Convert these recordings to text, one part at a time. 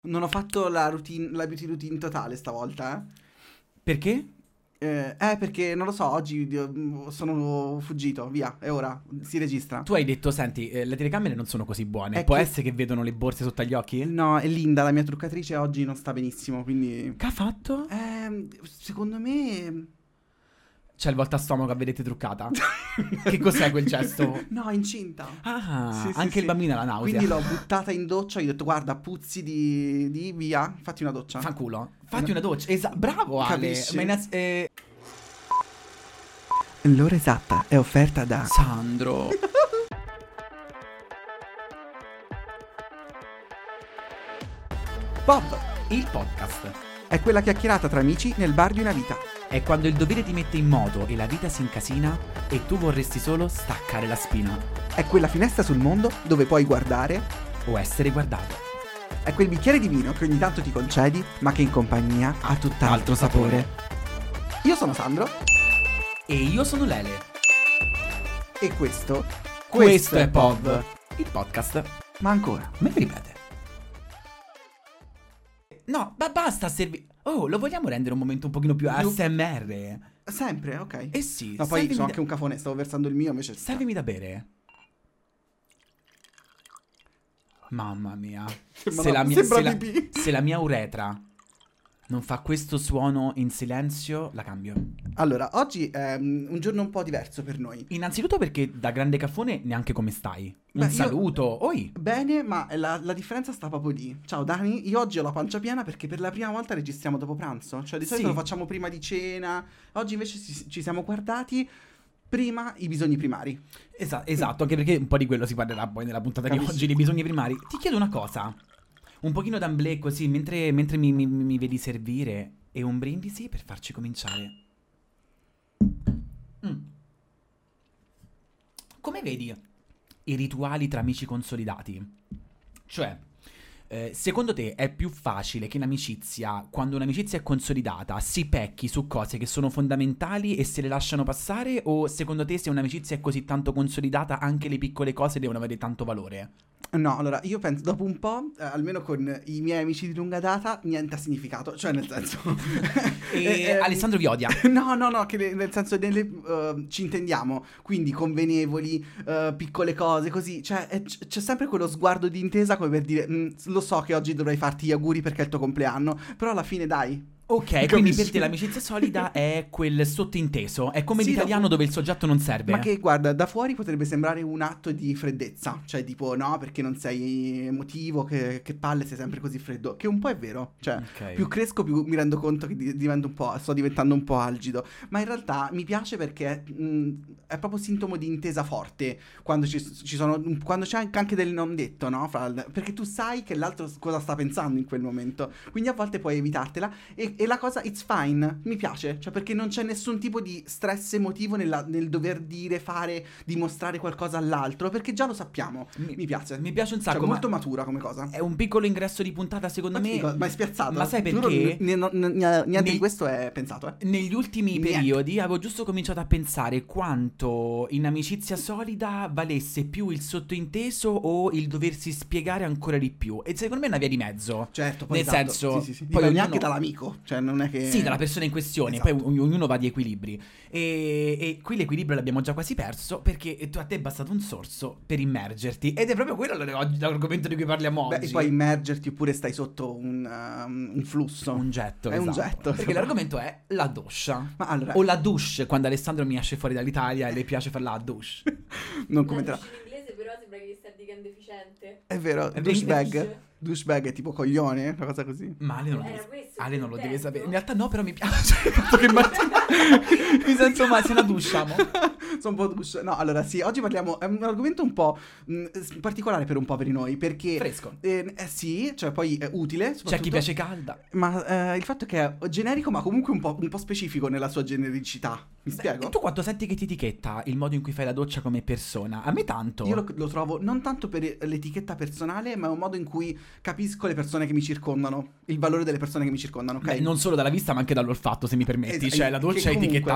Non ho fatto la beauty routine totale stavolta, Perché? perché non lo so, oggi sono fuggito, via, è ora, si registra. Tu hai detto, senti, le telecamere non sono così buone. È Può che- essere che vedono le borse sotto agli occhi? No, è Linda, la mia truccatrice, oggi non sta benissimo, quindi... Che ha fatto? Secondo me... C'è il volta stomaco a vedete truccata. Che cos'è quel gesto? No, è incinta. Ah, Sì, sì, anche sì. il bambino ha la nausea. Quindi l'ho buttata in doccia, gli ho detto guarda, puzzi di via, fatti una doccia. Fanculo. Fatti una doccia. Bravo Ale. Capisci? Ma L'ora esatta è offerta da... Sandro. Bob, Il podcast è quella chiacchierata tra amici nel bar di una vita. è quando il dovere ti mette in moto e la vita si incasina e tu vorresti solo staccare la spina È quella finestra sul mondo dove puoi guardare. o essere guardato. È quel bicchiere di vino che ogni tanto ti concedi, ma che in compagnia ha tutt'altro sapore. Io sono Sandro E io sono Lele. e questo È POV, il podcast. Ma ancora. Me lo ripete? No, ma basta Oh, lo vogliamo rendere un momento un pochino più ASMR? Sempre, ok. Eh sì, No, poi servimi sono da- anche un cafone, stavo versando il mio invece. servimi da bere. Mamma mia. Sembra pipì. Se la mia uretra non fa questo suono in silenzio, la cambio. Allora, oggi è un giorno un po' diverso per noi. Innanzitutto perché da grande caffone neanche come stai. Beh, Un io- saluto. Oi. Bene, ma la differenza sta proprio lì. Ciao Dani, io oggi ho la pancia piena perché per la prima volta registriamo dopo pranzo. Cioè di solito Sì. lo facciamo prima di cena. Oggi invece ci siamo guardati prima i bisogni primari. Esatto, anche perché un po' di quello si parlerà poi nella puntata di Capisci? oggi, dei bisogni primari. Ti chiedo una cosa. Un pochino d'amblè così, mentre mi vedi servire, e un brindisi per farci cominciare. Mm. Come vedi i rituali tra amici consolidati? Cioè, secondo te è più facile che in amicizia, quando un'amicizia è consolidata, si pecchi su cose che sono fondamentali e se le lasciano passare? O secondo te se un'amicizia è così tanto consolidata, anche le piccole cose devono avere tanto valore? No, allora, io penso, dopo un po', almeno con i miei amici di lunga data, niente ha significato. Cioè, nel senso... Alessandro vi odia. No, che nel senso ci intendiamo, quindi convenevoli, piccole cose, così, cioè c'è sempre quello sguardo di intesa come per dire, lo so che oggi dovrai farti gli auguri perché è il tuo compleanno, però alla fine dai. Ok, Capisci? quindi per te l'amicizia solida è quel sottointeso, è come Sì, l'italiano dopo- dove il soggetto non serve. Ma che guarda, da fuori potrebbe sembrare un atto di freddezza, cioè tipo no, perché non sei emotivo, che palle sei sempre così freddo, che un po' è vero, cioè Ok. più cresco più mi rendo conto che divento sto diventando un po' algido, ma in realtà mi piace perché è proprio sintomo di intesa forte, quando ci sono, quando c'è anche del non detto, no? Perché tu sai che l'altro cosa sta pensando in quel momento, quindi a volte puoi evitartela e la cosa, it's fine, mi piace, cioè perché non c'è nessun tipo di stress emotivo nel dover dire, fare, dimostrare qualcosa all'altro, perché già lo sappiamo, mi piace. Mi piace un Cioè, sacco, molto ma matura come cosa. è un piccolo ingresso di puntata secondo Ma ti me. dico, ma è spiazzato. Ma sai Giuro, perché? niente Nel- di questo è pensato, Negli ultimi Niente. periodi avevo giusto cominciato a pensare quanto in amicizia solida valesse più il sottointeso o il doversi spiegare ancora di più. E secondo me è una via di mezzo. Certo, poi Nel esatto. senso, sì. poi Dipende anche ognuno- dall'amico, cioè non è che... Sì, dalla persona in questione, Esatto. poi ognuno va di equilibri. E qui l'equilibrio l'abbiamo già quasi perso perché a te è bastato un sorso per immergerti. Ed è proprio quello l'argomento di cui parliamo Beh, oggi. e poi immergerti oppure stai sotto un flusso. Un getto, È un esatto. getto, Perché insomma. l'argomento è la doccia. Ma allora, O la douche, quando Alessandro mi esce fuori dall'Italia e le piace fare la douche. non La commenterò. dici in inglese però sembra che stia dicendo deficiente. È vero, È douchebag. Douchebag è tipo coglione, una cosa così. Ma Ale non lo Era deve, questo Ale il non lo deve intento? sapere. In realtà no, però mi piace il fatto che mi sento male, se la dusciamo. Sono un po' douche. No, allora sì, oggi parliamo, è un argomento un po' particolare per un po' per noi, perché... Fresco. Sì, cioè poi è utile, C'è chi soprattutto- piace calda. Ma il fatto che è generico, ma comunque un po' specifico nella sua genericità. Mi spiego? E tu quanto senti che ti etichetta il modo in cui fai la doccia come persona? A me tanto. Io lo trovo non tanto per l'etichetta personale, ma è un modo in cui capisco le persone che mi circondano, il valore delle persone che mi circondano, ok? Beh, non solo dalla vista, ma anche dall'olfatto, se mi permetti. Cioè, la che doccia è comunque- etichetta.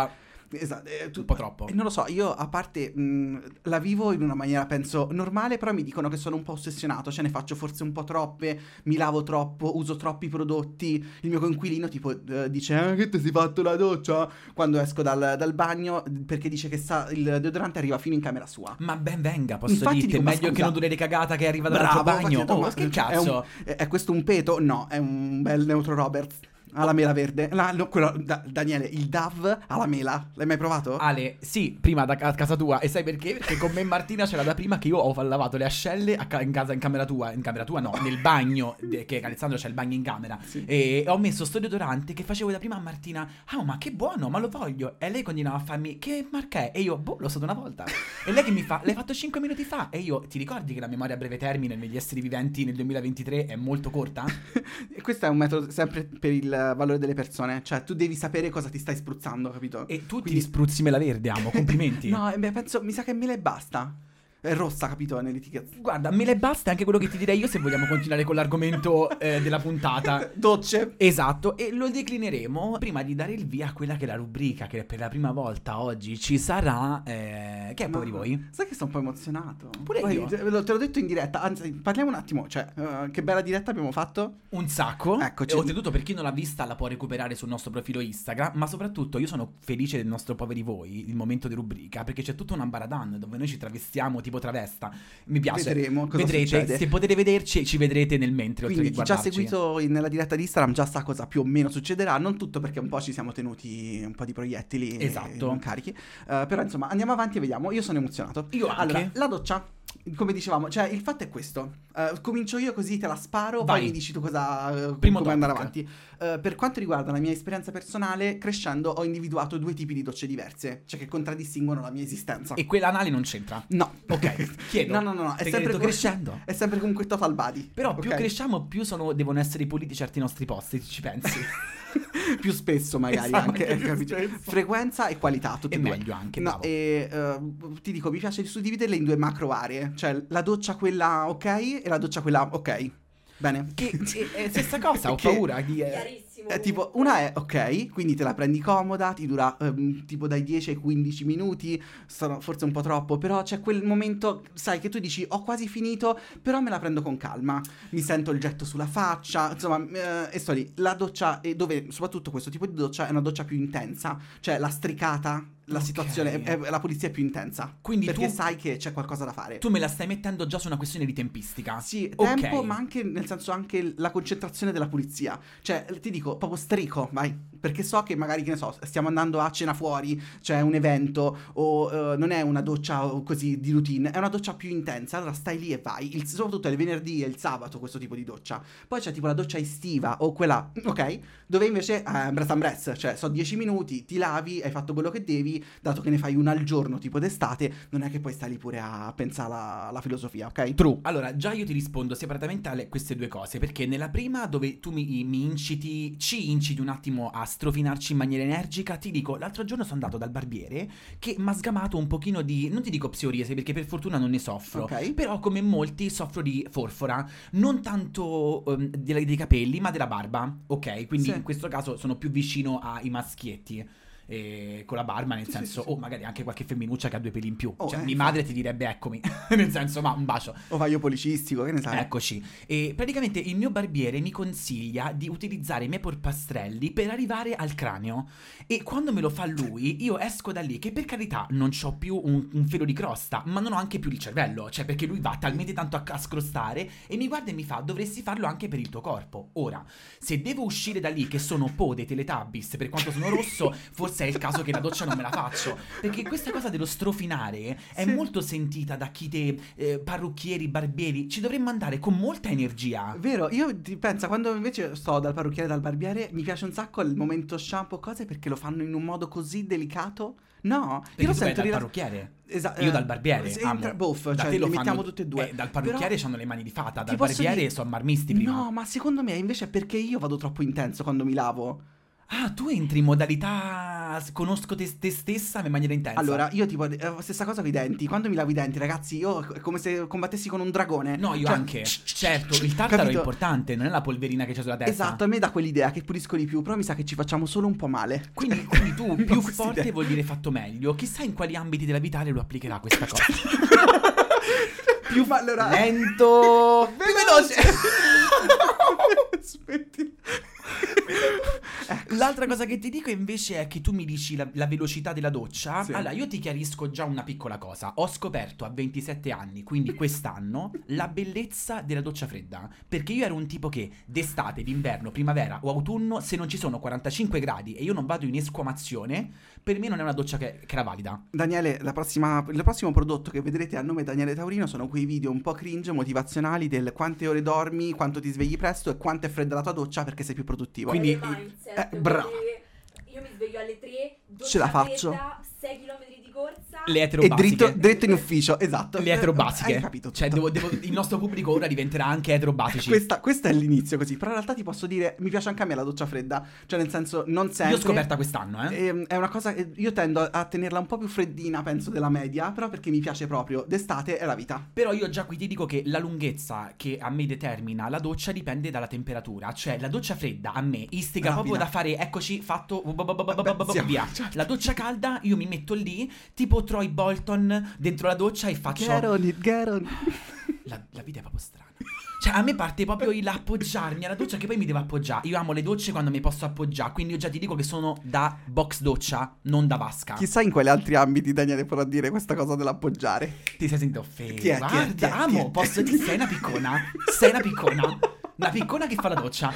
Esatto, Un po' troppo. non lo so, io a parte la vivo in una maniera penso normale, però mi dicono che sono un po' ossessionato, cioè ne faccio forse un po' troppe, mi lavo troppo, uso troppi prodotti. Il mio coinquilino tipo dice che ti sei fatto la doccia quando esco dal bagno, perché dice che il deodorante arriva fino in camera sua. Ma ben venga, posso Infatti dirti, dico, è ma meglio scusa, che un odore di cagata che arriva dall'altro bravo, bagno. infatti ho detto, Oh, ma che cazzo? è questo un peto? No, è un bel Neutro Roberts alla mela verde. Daniele, il Dove alla mela, l'hai mai provato? Ale, sì, prima a casa tua. E sai perché? Perché con me e Martina c'era da prima che io ho lavato le ascelle in casa, in camera tua. In camera tua no, nel bagno, che Alessandro c'è il bagno in camera. Sì. E ho messo sto deodorante che facevo da prima a Martina. Ah, ma che buono, ma lo voglio. E lei continuava a farmi, che marca è? E io, boh, l'ho stato una volta. E lei che mi fa, l'hai fatto 5 minuti fa. E io, ti ricordi che la memoria a breve termine negli esseri viventi nel 2023 è molto corta? E questo è un metodo sempre per il valore delle persone. Cioè, tu devi sapere cosa ti stai spruzzando, capito? E tu Quindi- ti spruzzi mela verde, amo, complimenti. No, penso, mi sa che mela e basta. È rossa, capito, nell'etichetta. Guarda, me le basta è anche quello che ti direi io se vogliamo continuare con l'argomento della puntata. Docce. Esatto, e lo declineremo prima di dare il via a quella che è la rubrica che per la prima volta oggi ci sarà. Che è Poveri Voi? Sai che sono un po' emozionato. Pure Poi, io. te l'ho detto in diretta. Anzi, parliamo un attimo. Cioè, che bella diretta abbiamo fatto. Un sacco. Eccoci. E oltretutto, per chi non l'ha vista, la può recuperare sul nostro profilo Instagram. Ma soprattutto, io sono felice del nostro Poveri Voi, il momento di rubrica, perché c'è tutta una baradan dove noi ci travestiamo tipo travesta. Mi piace. Vedremo cosa Vedrete, succede. se potete vederci, ci vedrete nel mentre. Quindi oltre chi che ci ha guardarci. seguito nella diretta di Instagram già sa cosa più o meno succederà. Non tutto, perché un po' ci siamo tenuti un po' di proiettili Esatto. non carichi. Però insomma andiamo avanti e vediamo. Io sono emozionato. Io anche. Allora, la doccia, come dicevamo, cioè il fatto è questo. Comincio io così te la sparo. Vai. Poi mi dici tu cosa Primo come andare topic. avanti. Per quanto riguarda la mia esperienza personale, crescendo ho individuato due tipi di docce diverse, cioè che contraddistinguono la mia esistenza. E quella anale non c'entra. No. Ok, chiedo. No. È Perché sempre detto crescendo. È sempre comunque total body. Però più ok? cresciamo, più devono essere puliti certi nostri posti, ci pensi? Più spesso magari Esatto, anche, anche più capito? spesso. Frequenza e qualità, tutte E e due. meglio anche, No, bravo. e ti dico, mi piace suddividerle in due macro aree, cioè la doccia quella ok e la doccia quella ok. Bene? Che è stessa cosa, ho Che- paura di... Chiarissimo. Tipo, una è ok, quindi te la prendi comoda, ti dura tipo dai 10 ai 15 minuti, sono forse un po' troppo, però c'è quel momento, sai, che tu dici ho quasi finito, però me la prendo con calma, mi sento il getto sulla faccia, insomma, e sto lì. La doccia, dove soprattutto questo tipo di doccia è una doccia più intensa, cioè la stricata, la Ok. situazione, la pulizia è più intensa, Quindi perché tu- sai che c'è qualcosa da fare. Tu me la stai mettendo già su una questione di tempistica. Sì, Ok. tempo, ma anche nel senso anche la concentrazione della pulizia. Cioè, ti dico, proprio strico, vai. Perché so che magari, che ne so, stiamo andando a cena fuori, c'è un evento, o non è una doccia così di routine, è una doccia più intensa. Allora stai lì e vai. Soprattutto il venerdì e il sabato questo tipo di doccia. Poi c'è tipo la doccia estiva o quella, ok, dove invece breath, cioè sono 10 minuti, ti lavi, hai fatto quello che devi, dato che ne fai una al giorno, tipo d'estate, non è che poi stai lì pure a pensare alla filosofia, ok? True. Allora, già io ti rispondo separatamente a queste due cose, perché nella prima dove tu ci inciti un attimo a strofinarci in maniera energica, ti dico, l'altro giorno sono andato dal barbiere che mi ha sgamato un pochino di, non ti dico psoriasi perché per fortuna non ne soffro, Ok. però come molti soffro di forfora, non tanto dei capelli ma della barba, ok? Quindi Sì. in questo caso sono più vicino ai maschietti. Con la barba, nel Sì, senso, sì, sì. o magari anche qualche femminuccia che ha due peli in più. Oh, Cioè, mia infatti. madre ti direbbe eccomi, nel senso, ma un bacio. Ovaio policistico, che ne sai? Eccoci. E praticamente il mio barbiere mi consiglia di utilizzare i miei polpastrelli per arrivare al cranio. E quando me lo fa lui, io esco da lì che per carità non ho più un filo di crosta, ma non ho anche più il cervello. Cioè, perché lui va talmente tanto a scrostare e mi guarda e mi fa: dovresti farlo anche per il tuo corpo. Ora, se devo uscire da lì che sono Pode Teletubbies per quanto sono rosso, forse è il caso che la doccia non me la faccio. Perché questa cosa dello strofinare è Sì. molto sentita da chi parrucchieri, barbieri. Ci dovremmo andare con molta energia. Vero, io ti penso, quando invece sto dal parrucchiere e dal barbiere, mi piace un sacco il momento shampoo, cose, perché lo fanno in un modo così delicato. No, Perché io lo tu vai sento dal parrucchiere. Io dal barbiere. amo. Both, Da cioè te lo li mettiamo fanno- tutte e due. dal parrucchiere Però hanno le mani di fata, ti dal posso barbiere dire- sono marmisti prima. No, ma secondo me invece è perché io vado troppo intenso quando mi lavo. Ah, tu entri in modalità conosco te stessa in maniera intensa. Allora, io tipo, stessa cosa con i denti. Quando mi lavo i denti, ragazzi, io è come se combattessi con un dragone. No, io Cioè, anche. Certo, il tartaro capito? è importante, non è la polverina che c'è sulla testa. Esatto, a me dà quell'idea che pulisco di più, però mi sa che ci facciamo solo un po' male. Quindi tu, Ho più questa forte idea. vuol dire fatto meglio. Chissà in quali ambiti della vita lo applicherà questa cosa. Più ma allora Lento, più veloce. Aspetti. L'altra cosa che ti dico invece è che tu mi dici la velocità della doccia. Sì. Allora, io ti chiarisco già una piccola cosa. Ho scoperto a 27 anni, quindi quest'anno, la bellezza della doccia fredda. Perché io ero un tipo che d'estate, d'inverno, primavera o autunno, se non ci sono 45 gradi e io non vado in esquamazione, per me non è una doccia che era valida. Daniele, il prossimo prodotto che vedrete a nome Daniele Taurino sono quei video un po' cringe motivazionali del quante ore dormi, quanto ti svegli presto e quanto è fredda la tua doccia perché sei più produttivo. Quindi- mindset, bravo. io mi sveglio alle 3, Ce la faccio. 6 km di corsa. Le E eterobasiche. dritto in ufficio, esatto. Le eterobasiche. Hai capito Cioè, tutto. il nostro pubblico ora diventerà anche eterobasici. Questo è l'inizio così, però in realtà ti posso dire, mi piace anche a me la doccia fredda, cioè nel senso non sempre. Io ho scoperta quest'anno, È una cosa, io tendo a tenerla un po' più freddina, penso, della media, però perché mi piace proprio, d'estate è la vita. Però io già qui ti dico che la lunghezza che a me determina la doccia dipende dalla temperatura. Cioè la doccia fredda a me istiga Rapida. proprio da fare, eccoci, fatto, sì, via. certo. La doccia calda io mi metto lì, tipo Troy Bolton dentro la doccia e faccio... Get on it, get on. La vita è proprio strana. Cioè a me parte proprio l'appoggiarmi alla doccia che poi mi devo appoggiare. Io amo le docce quando mi posso appoggiare. Quindi io già ti dico che sono da box doccia, non da vasca. Chissà in quali altri ambiti Daniele potrà dire questa cosa dell'appoggiare. Ti sei sentito offeso? Chi è? Guarda, amo, posso dire, sei una piccona. Sei una piccona. Una piccona che fa la doccia.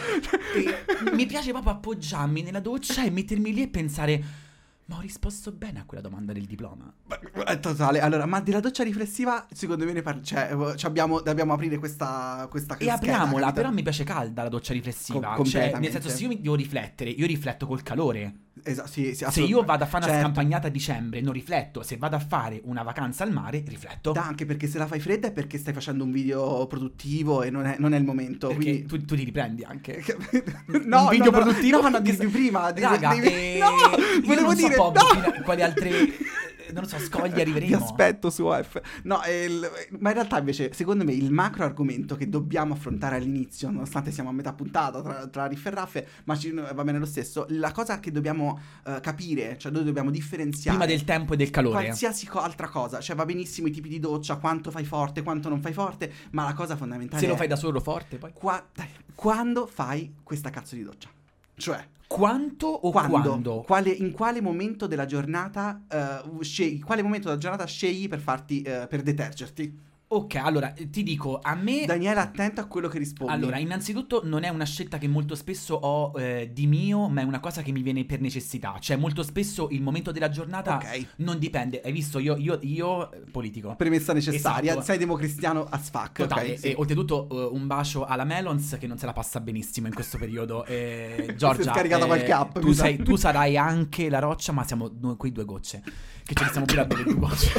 E mi piace proprio appoggiarmi nella doccia e mettermi lì e pensare: ma ho risposto bene a quella domanda del diploma. È totale. Allora, ma della doccia riflessiva, secondo me dobbiamo aprire questa E apriamola, però mi piace calda la doccia riflessiva. Cioè, completamente. nel senso, se io mi devo riflettere, io rifletto col calore. Esatto, sì, Se io vado a fare una certo. scampagnata a dicembre, non rifletto. Se vado a fare una vacanza al mare, rifletto. Anche perché se la fai fredda è perché stai facendo un video produttivo e non è il momento. Perché Quindi... tu ti riprendi anche. No, un video no, produttivo? No, di più prima. Raga, no, io volevo non so dire Bob, no. quali altre, non lo so, scogli Ti arriveremo. aspetto su OF. No, ma in realtà invece, secondo me, il macro argomento che dobbiamo affrontare all'inizio, nonostante siamo a metà puntata tra riffe e raffe, ma va bene lo stesso, la cosa che dobbiamo capire, cioè noi dobbiamo differenziare Prima del tempo e del calore. qualsiasi altra cosa, cioè va benissimo i tipi di doccia, quanto fai forte, quanto non fai forte, ma la cosa fondamentale Se lo è fai da solo forte poi. quando fai questa cazzo di doccia. Cioè, Quanto o quando? in quale momento della giornata quale momento della giornata scegli per farti per detergerti? Ok, allora ti dico, a me... Daniele, attento a quello che rispondi. Allora, innanzitutto non è una scelta che molto spesso ho di mio, ma è una cosa che mi viene per necessità. Cioè, molto spesso il momento della giornata Ok. non dipende. Hai visto, io politico. Premessa necessaria, Esatto. sei democristiano as fuck. Totale, ok, sì. e oltretutto un bacio alla Melons che non se la passa benissimo in questo periodo. Giorgia, Si è scaricata qualche app, tu, mi sa. tu sarai anche la roccia, ma siamo noi qui due gocce. Che ce ne stiamo pure a bere due gocce.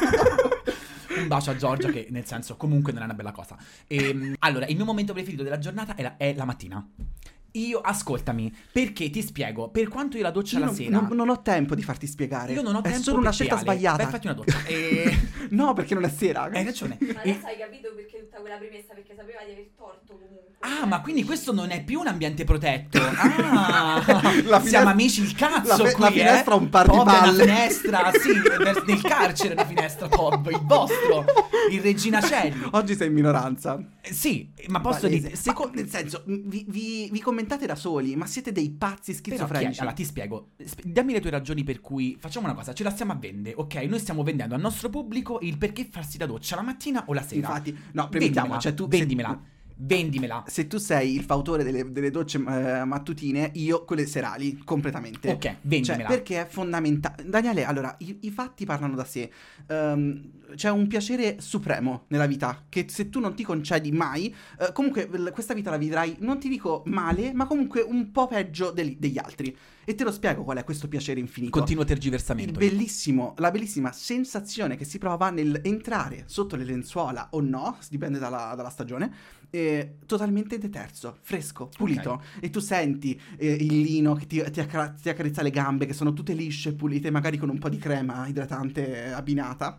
Un bacio a Giorgia che nel senso comunque non è una bella cosa. Allora, il mio momento preferito della giornata è la mattina. Io, ascoltami, perché ti spiego, per quanto io la doccia Io la sera... non ho tempo di farti spiegare. Io non ho tempo È solo una per te, scelta Ale. sbagliata. Vai, fatti una doccia. No, perché non è sera. Hai ragione. Ma adesso hai capito perché tutta quella premessa? Perché sapeva di aver torto comunque. Ah, ma quindi questo non è più un ambiente protetto. Ah, La siamo amici il cazzo qui, la finestra ha un par di Pop è una palle. finestra, sì, nel carcere una finestra, Pop, il vostro, il Regina Coeli. Oggi sei in minoranza. Sì, ma posso Palese. dire, Ma nel senso, vi commentate da soli, ma siete dei pazzi però schizofrenici. allora ti spiego, dammi le tue ragioni per cui facciamo una cosa, ce la stiamo a vendere, ok? Noi stiamo vendendo al nostro pubblico il perché farsi la doccia la mattina o la sera. Infatti, no, premettiamo, cioè tu vendimela. Se tu sei il fautore delle docce mattutine, io quelle serali, completamente. Ok, vendimela. Cioè, perché è fondamentale. Daniele, allora, i fatti parlano da sé. C'è un piacere supremo nella vita, che se tu non ti concedi mai, comunque questa vita la vivrai, non ti dico male, ma comunque un po' peggio degli altri. E te lo spiego qual è questo piacere infinito. Continuo tergiversamento. La bellissima sensazione che si prova nel entrare sotto le lenzuola o no, dipende dalla stagione, totalmente deterso, fresco, pulito. E tu senti il lino che ti accarezza le gambe, che sono tutte lisce, pulite, magari con un po' di crema idratante abbinata.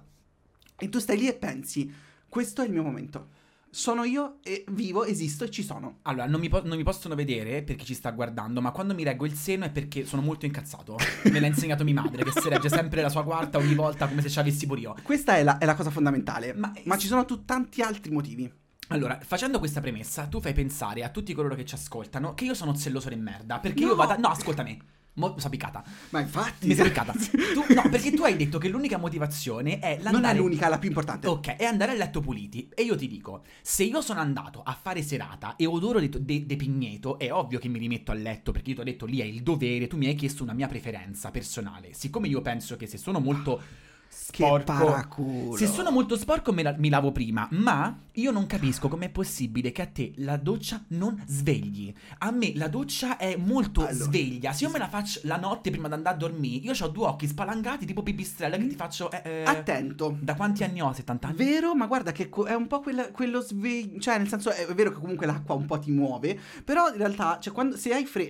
E tu stai lì e pensi, questo è il mio momento. Sono io e vivo, esisto e ci sono. Allora, non mi possono vedere perché ci sta guardando, ma quando mi reggo il seno è perché sono molto incazzato. Me l'ha insegnato mia madre, che si regge sempre la sua quarta ogni volta come se ci avessi pure io. Questa è la cosa fondamentale, ma ci sono tanti altri motivi. Allora, facendo questa premessa, tu fai pensare a tutti coloro che ci ascoltano che io sono zelloso di merda, perché No. io vado... No, ascoltami. Mi sono piccata. Ma infatti... Mi sei piccata. No, perché tu hai detto che l'unica motivazione è l'andare... Non è l'unica, è la più importante. Ok, è andare a letto puliti. E io ti dico, se io sono andato a fare serata e odoro de pigneto, è ovvio che mi rimetto a letto, perché io ti ho detto lì è il dovere, tu mi hai chiesto una mia preferenza personale. Siccome io penso che se sono molto... sporco, che paraculo. se sono molto sporco mi lavo prima, ma io non capisco com'è possibile che a te la doccia non svegli. A me la doccia è molto sveglia. Se io me la faccio la notte prima di andare a dormire, io ho due occhi spalancati tipo pipistrella che ti faccio attento. Da quanti anni ho? 70 anni? Vero, ma guarda che è un po' quello sveglio, cioè nel senso è vero che comunque l'acqua un po' ti muove, però in realtà cioè, se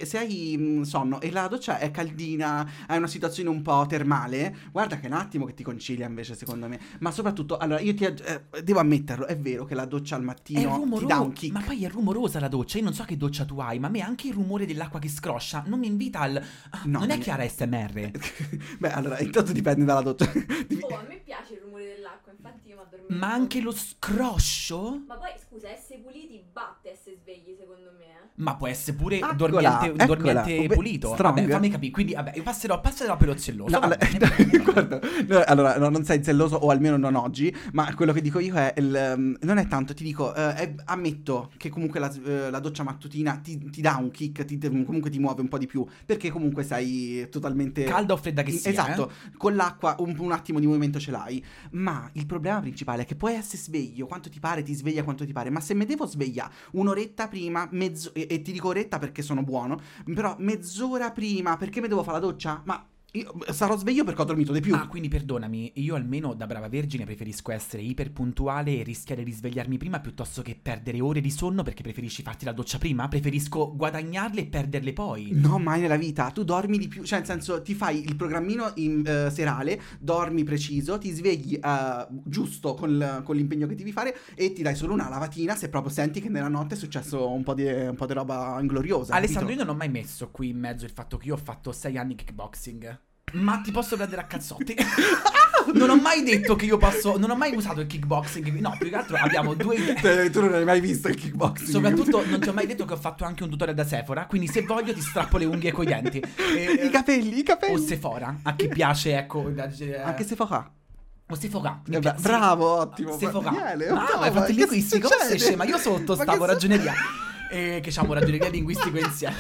hai sonno e la doccia è caldina, hai una situazione un po' termale, guarda che è un attimo che ti concilia invece secondo me. Ma soprattutto, allora io devo ammetterlo, è vero che la doccia al mattino ti dà un kick. Ma poi è rumorosa la doccia, io non so che doccia tu hai, ma a me anche il rumore dell'acqua che scroscia non mi invita al... No, non è chiara SMR. Beh, allora, intanto dipende dalla doccia. Oh, a me piace il rumore dell'acqua, infatti io mi addormento. Ma anche lo scroscio? Ma poi, scusa, essere puliti batte essere svegli, secondo me, Ma può essere pure Eccola, dormiente pulito. strong. Vabbè, fammi capire. Quindi, vabbè, io passerò per lo zelloso. No, guarda, no, allora, no, non sei zelloso, o almeno non oggi, ma quello che dico io è, non è tanto, ti dico, ammetto che comunque la doccia mattutina ti dà un kick, comunque ti muove un po' di più, perché comunque sei totalmente... Calda o fredda che sia. Esatto, con l'acqua un attimo di movimento ce l'hai, ma il problema principale è che puoi essere sveglio, quanto ti pare, ti sveglia quanto ti pare, ma se mi devo svegliare un'oretta prima, e ti dico oretta perché sono buono, però mezz'ora prima, perché mi devo fare la doccia? Ma io sarò sveglio perché ho dormito di più. Ah, quindi perdonami, io almeno da brava vergine preferisco essere iperpuntuale e rischiare di svegliarmi prima piuttosto che perdere ore di sonno perché preferisci farti la doccia prima? Preferisco guadagnarle e perderle poi. No, mai nella vita, tu dormi di più, cioè nel senso ti fai il programmino serale, dormi preciso, ti svegli giusto con l'impegno che devi fare e ti dai solo una lavatina se proprio senti che nella notte è successo un po' di roba ingloriosa. Alessandro, capito? io non ho mai messo qui in mezzo il fatto che io ho fatto 6 anni kickboxing. Ma ti posso prendere a cazzotti? Non ho mai detto che io posso... Non ho mai usato il kickboxing. No, più che altro abbiamo due idee. Tu non hai mai visto il kickboxing. Soprattutto non ti ho mai detto che ho fatto anche un tutorial da Sephora. Quindi se voglio ti strappo le unghie coi denti. I capelli. O Sephora. A chi piace, ecco. Anche se fa. O Sephora. Bravo, ottimo. Sephora. Daniele, Ah, ma hai fatto il linguistico? Che Come sei succede? scema? Io sotto Ma stavo che ragioneria. Che siamo ragioneria linguistico insieme.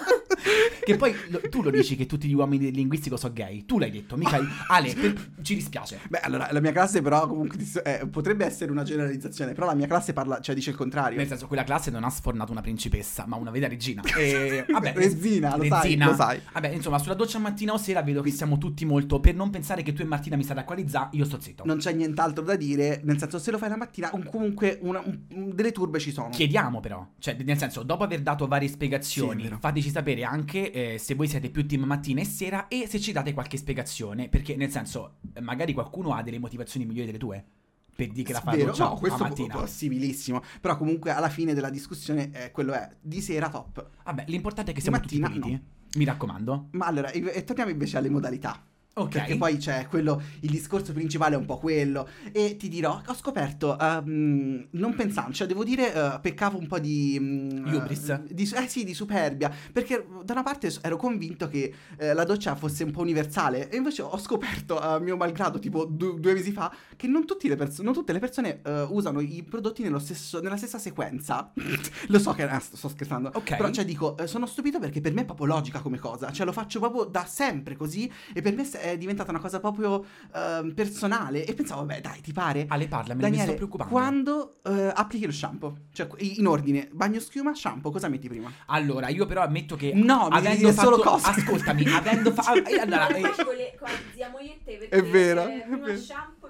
Che poi tu lo dici che tutti gli uomini del linguistico sono gay. Tu l'hai detto, mica Ale, ci dispiace. Beh, allora, la mia classe però comunque potrebbe essere una generalizzazione, però la mia classe dice il contrario. Nel senso, quella classe non ha sfornato una principessa, ma una vera regina. E vabbè, Rezzina, lo sai. Vabbè, insomma, sulla doccia mattina o sera vedo che siamo tutti molto... Per non pensare che tu e Martina mi state a qualizzare, io sto zitto. Non c'è nient'altro da dire, nel senso, se lo fai la mattina, comunque delle turbe ci sono. Chiediamo però, cioè nel senso, dopo aver dato varie spiegazioni, Sì, fateci sapere anche se voi siete più team mattina e sera e se ci date qualche spiegazione, perché nel senso, magari qualcuno ha delle motivazioni migliori delle tue per dire che la fa la doccia no, questo la mattina. possibilissimo, però comunque alla fine della discussione quello è di sera top. Vabbè, l'importante è che siamo tutti mattina, puliti, mi raccomando. Ma allora, e torniamo invece alle modalità. Ok. Perché poi c'è quello, il discorso principale è un po' quello. E ti dirò, ho scoperto, non pensando, cioè devo dire, peccavo un po' di... Hubris? Sì, di superbia. Perché da una parte ero convinto che la doccia fosse un po' universale. E invece ho scoperto, a mio malgrado, tipo 2 mesi fa, che non tutte le persone usano i prodotti nella stessa sequenza. Lo so che sto scherzando. Ok. Però cioè dico, sono stupito perché per me è proprio logica come cosa. Cioè lo faccio proprio da sempre così. E per me è diventata una cosa proprio personale. E pensavo, vabbè, dai, ti pare? Ale, parlamene, Daniele, mi sto preoccupando. quando applichi lo shampoo, cioè in ordine, bagno schiuma, shampoo, cosa metti prima? Allora, io però ammetto che No, mi devi avendo dire solo fatto... cose. Ascoltami, avendo fatto... allora, Ma lo faccio con zia Mogliette perché È vero, prima è vero. shampoo e poi...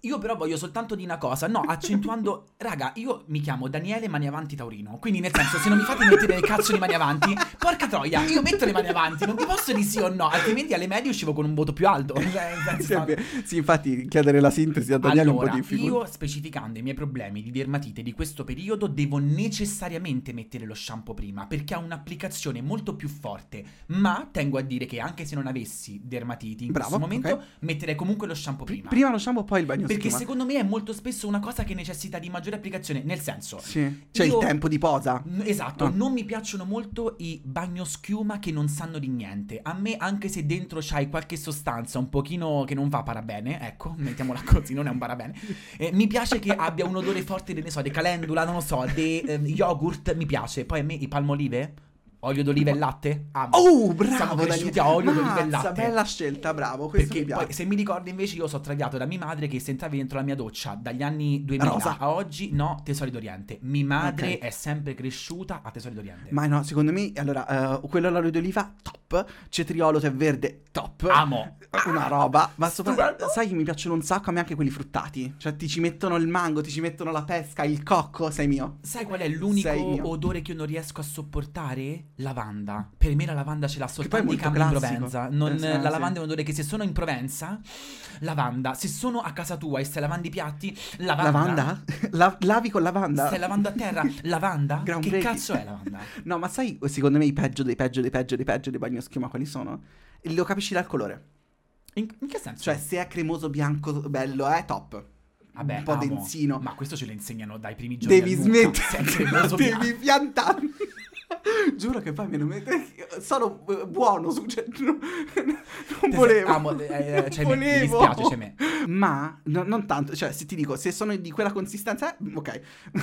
Io però voglio soltanto dire una cosa, no, accentuando, raga, io mi chiamo Daniele Mani Avanti Taurino, quindi nel senso, se non mi fate mettere le cazzo di mani avanti, porca troia, io metto le mani avanti, non vi posso dire sì o no, altrimenti alle medie uscivo con un voto più alto. Cioè, nel senso, Sì, infatti chiedere la sintesi a Daniele è un po' allora, difficile. io specificando i miei problemi di dermatite di questo periodo devo necessariamente mettere lo shampoo prima, perché ha un'applicazione molto più forte, ma tengo a dire che anche se non avessi dermatiti in Bravo, questo momento, ok. metterei comunque lo shampoo prima. Prima lo shampoo, poi il bagno Perché schiuma. secondo me è molto spesso una cosa che necessita di maggiore applicazione, nel senso... Sì. C'è io- il tempo di posa. Esatto, Ah. non mi piacciono molto i bagnoschiuma che non sanno di niente. A me, anche se dentro c'hai qualche sostanza un pochino che non va parabene, ecco, mettiamola così, non è un parabene, mi piace che abbia un odore forte, ne so, di calendula, non lo so, di yogurt, mi piace. Poi a me i palmolive, olio d'oliva e latte, amo. Oh, bravo Siamo cresciuti Daniele. a olio d'oliva e Mazza, latte. bella scelta, bravo, questo Perché mi piace. poi, se mi ricordo, invece, io sono traviato da mia madre che se entravi dentro la mia doccia dagli anni 2000 Rosa. a oggi, no, Tesori d'Oriente. Mia madre Ok. è sempre cresciuta a Tesori d'Oriente. Ma no, secondo me, allora, quello all'olio d'oliva, top. Cetriolo, tè verde, top. Amo. Una roba. Ma Stupendo. sai che mi piacciono un sacco a me anche quelli fruttati. Cioè, ti ci mettono il mango, ti ci mettono la pesca, il cocco, sei mio. Sai qual è l'unico Sei mio. odore che io non riesco a sopportare? Lavanda. Per me la lavanda ce l'ha poi è soltanto i molto campi in classico. Provenza. Non- Sì. la lavanda è un odore che se sono in Provenza, lavanda. Se sono a casa tua e stai lavando i piatti, lavanda. Lavanda? Lavi con lavanda? Stai lavando a terra, lavanda? Che Groundbreaking. cazzo è lavanda? No, ma sai, secondo me i peggio dei bagnoschiuma quali sono? E lo capisci dal colore. In che senso? Cioè, se è cremoso, bianco, bello, top. Vabbè, un po' amo. densino. Ma questo ce lo insegnano dai primi giorni. Devi al MUC. Se è smettere, cremoso bianco. devi piantarmi. Giuro che poi me lo metto. Sono buono, cioè, non volevo. Amo, c'hai me, mi dispiace, c'è me. Ma non tanto, cioè se ti dico, se sono di quella consistenza, ok,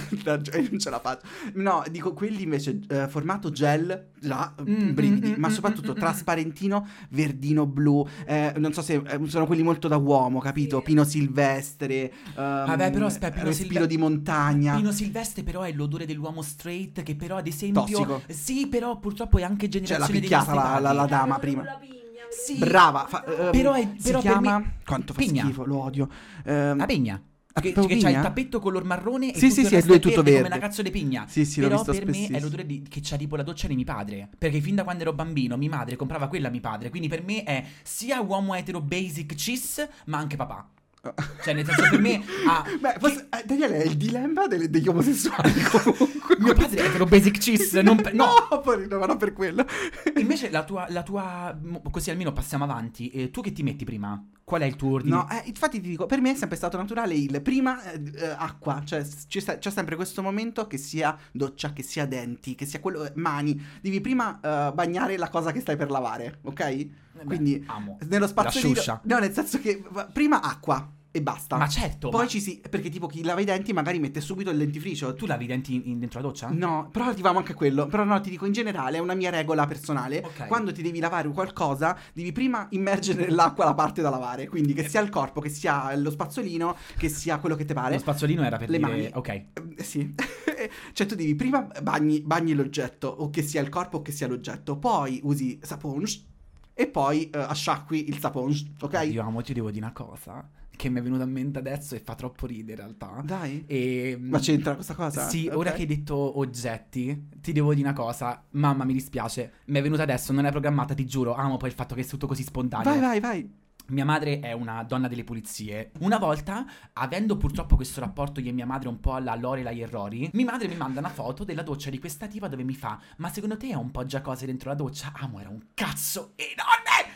non ce la faccio. No, dico quelli invece formato gel, già, brividi, ma soprattutto trasparentino, verdino blu, non so se sono quelli molto da uomo, capito? Sì. Pino Silvestre, Vabbè, però aspetta, Pino respiro di montagna. Pino Silvestre però è l'odore dell'uomo straight che però ad esempio... Tossico. Sì, però purtroppo è anche Cioè la generazione dei picchiata nostri padri. la dama Con prima. la pigna, Sì. Brava, Però è- si però per chiama me- quanto fa Pigna. schifo, lo odio. La pigna. Che proprio c'ha il pigna? tappeto color marrone e Sì, tutto sì, il sì, resto lui è tutto verde come verde. una cazzo di pigna. Sì, sì, l'ho Però visto per me è spessissimo. l'odore che c'ha tipo la doccia di mio padre. Perché fin da quando ero bambino mia madre comprava quella a mio padre. Quindi per me è sia uomo etero basic cis, ma anche papà. Cioè nel senso per me ha... Beh, Daniele, è il dilemma degli omosessuali comunque. Mio padre è etero basic cis, non no. No, ma non per quello. Invece la tua così almeno passiamo avanti. Tu che ti metti prima? Qual è il tuo ordine? No, infatti ti dico, per me è sempre stato naturale il prima acqua, cioè c'è sempre questo momento che sia doccia, che sia denti, che sia quello mani, devi prima bagnare la cosa che stai per lavare, ok? Quindi amo. nello La spazzolino, sciuscia. no, nel senso che prima acqua e basta. Ma certo. Poi ma perché tipo chi lava i denti magari mette subito il dentifricio. tu lavi i denti dentro la doccia? No, però arriviamo anche a quello. Però no, ti dico in generale, è una mia regola personale. Ok. Quando ti devi lavare qualcosa, devi prima immergere nell'acqua la parte da lavare. Quindi che sia il corpo, che sia lo spazzolino, che sia quello che ti pare. Lo spazzolino era per Le dire... mani. Ok. Sì. Cioè tu devi prima bagni l'oggetto, o che sia il corpo o che sia l'oggetto. Poi usi sapone e poi asciacqui il sapone, ok? Io amo, ti devo dire una cosa che mi è venuta in mente adesso e fa troppo ridere in realtà. Dai. E, Ma c'entra questa cosa? Sì, Ok. ora che hai detto oggetti, ti devo dire una cosa. Mamma, mi dispiace. Mi è venuta adesso, non è programmata, ti giuro. Amo poi il fatto che è tutto così spontaneo. Vai. Mia madre è una donna delle pulizie. Una volta, avendo purtroppo questo rapporto io e mia madre un po' alla Lorelai e Rory, mia madre mi manda una foto della doccia di questa tipa dove mi fa: ma secondo te è un po' già cose dentro la doccia? Amo, era un cazzo enorme!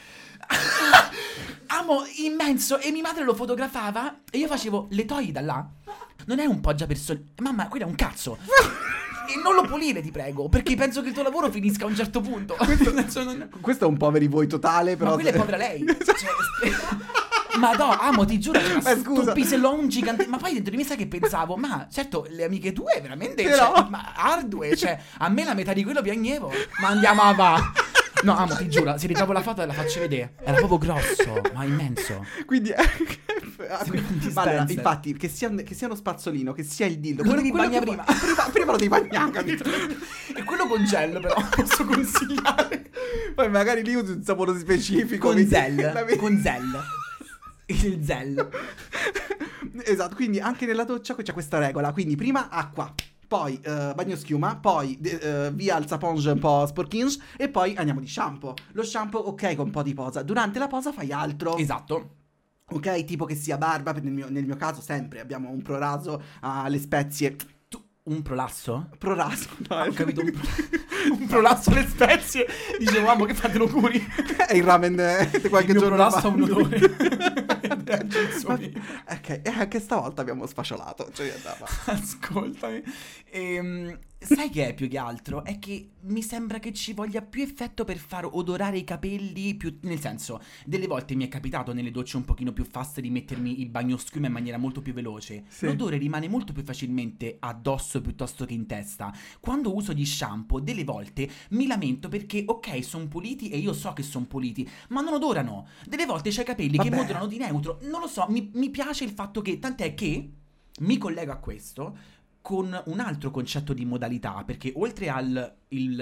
Amo, immenso! E mia madre lo fotografava e io facevo: le togli da là? Non è un po' già persone... Mamma, quello è un cazzo! E non lo pulire, ti prego, perché penso che il tuo lavoro finisca a un certo punto. Nel senso, non- Questo è un poveri voi totale, però. Ma quella è povera lei. Cioè, ma no, amo, ti giuro, c'era Ma scusa. sto pisellon gigante. Ma poi dentro di me sai che pensavo, ma certo, le amiche tue veramente, Però- cioè, ma ardue, cioè, a me la metà di quello piagnevo. Ma andiamo a va. No, amo, ti giuro, se ritrovo la foto te la faccio vedere. Era proprio grosso, ma immenso. Quindi, Sembra un ma allora, dispenser. infatti, che sia uno spazzolino, che sia il dildo, Lo devi quello bagnare che- prima. prima lo devi bagnare, capito? E quello con gel, però, posso consigliare. Poi magari lì usi un sapore specifico. Con vedi? zel. Con zel. Il zel. Esatto, quindi anche nella doccia c'è questa regola. Quindi prima acqua, poi bagno schiuma, poi via il saponge un po' sporkinge e poi andiamo di shampoo. Lo shampoo, ok, con un po' di posa. Durante la posa fai altro. Esatto. Ok, tipo che sia barba, nel mio caso sempre abbiamo un proraso alle spezie. Un prolasso? Proraso, no, Ho capito, un prolasso alle spezie. Dicevo, amo, che fate locuri? È il ramen di qualche Il mio giorno prolasso fa. ha un odore. Ok, anche stavolta abbiamo sfasciolato. Cioè, Ascoltami. Sai che è più che altro? È che mi sembra che ci voglia più effetto per far odorare i capelli più... Nel senso, delle volte mi è capitato nelle docce un pochino più fast di mettermi il bagno schiuma in maniera molto più veloce. Sì. L'odore rimane molto più facilmente addosso piuttosto che in testa. Quando uso gli shampoo, delle volte mi lamento perché, ok, sono puliti e io so che sono puliti, ma non odorano. Delle volte c'è i capelli che Vabbè. odorano di neutro. Non lo so, mi piace il fatto che... Tant'è che mi collego a questo con un altro concetto di modalità, perché oltre al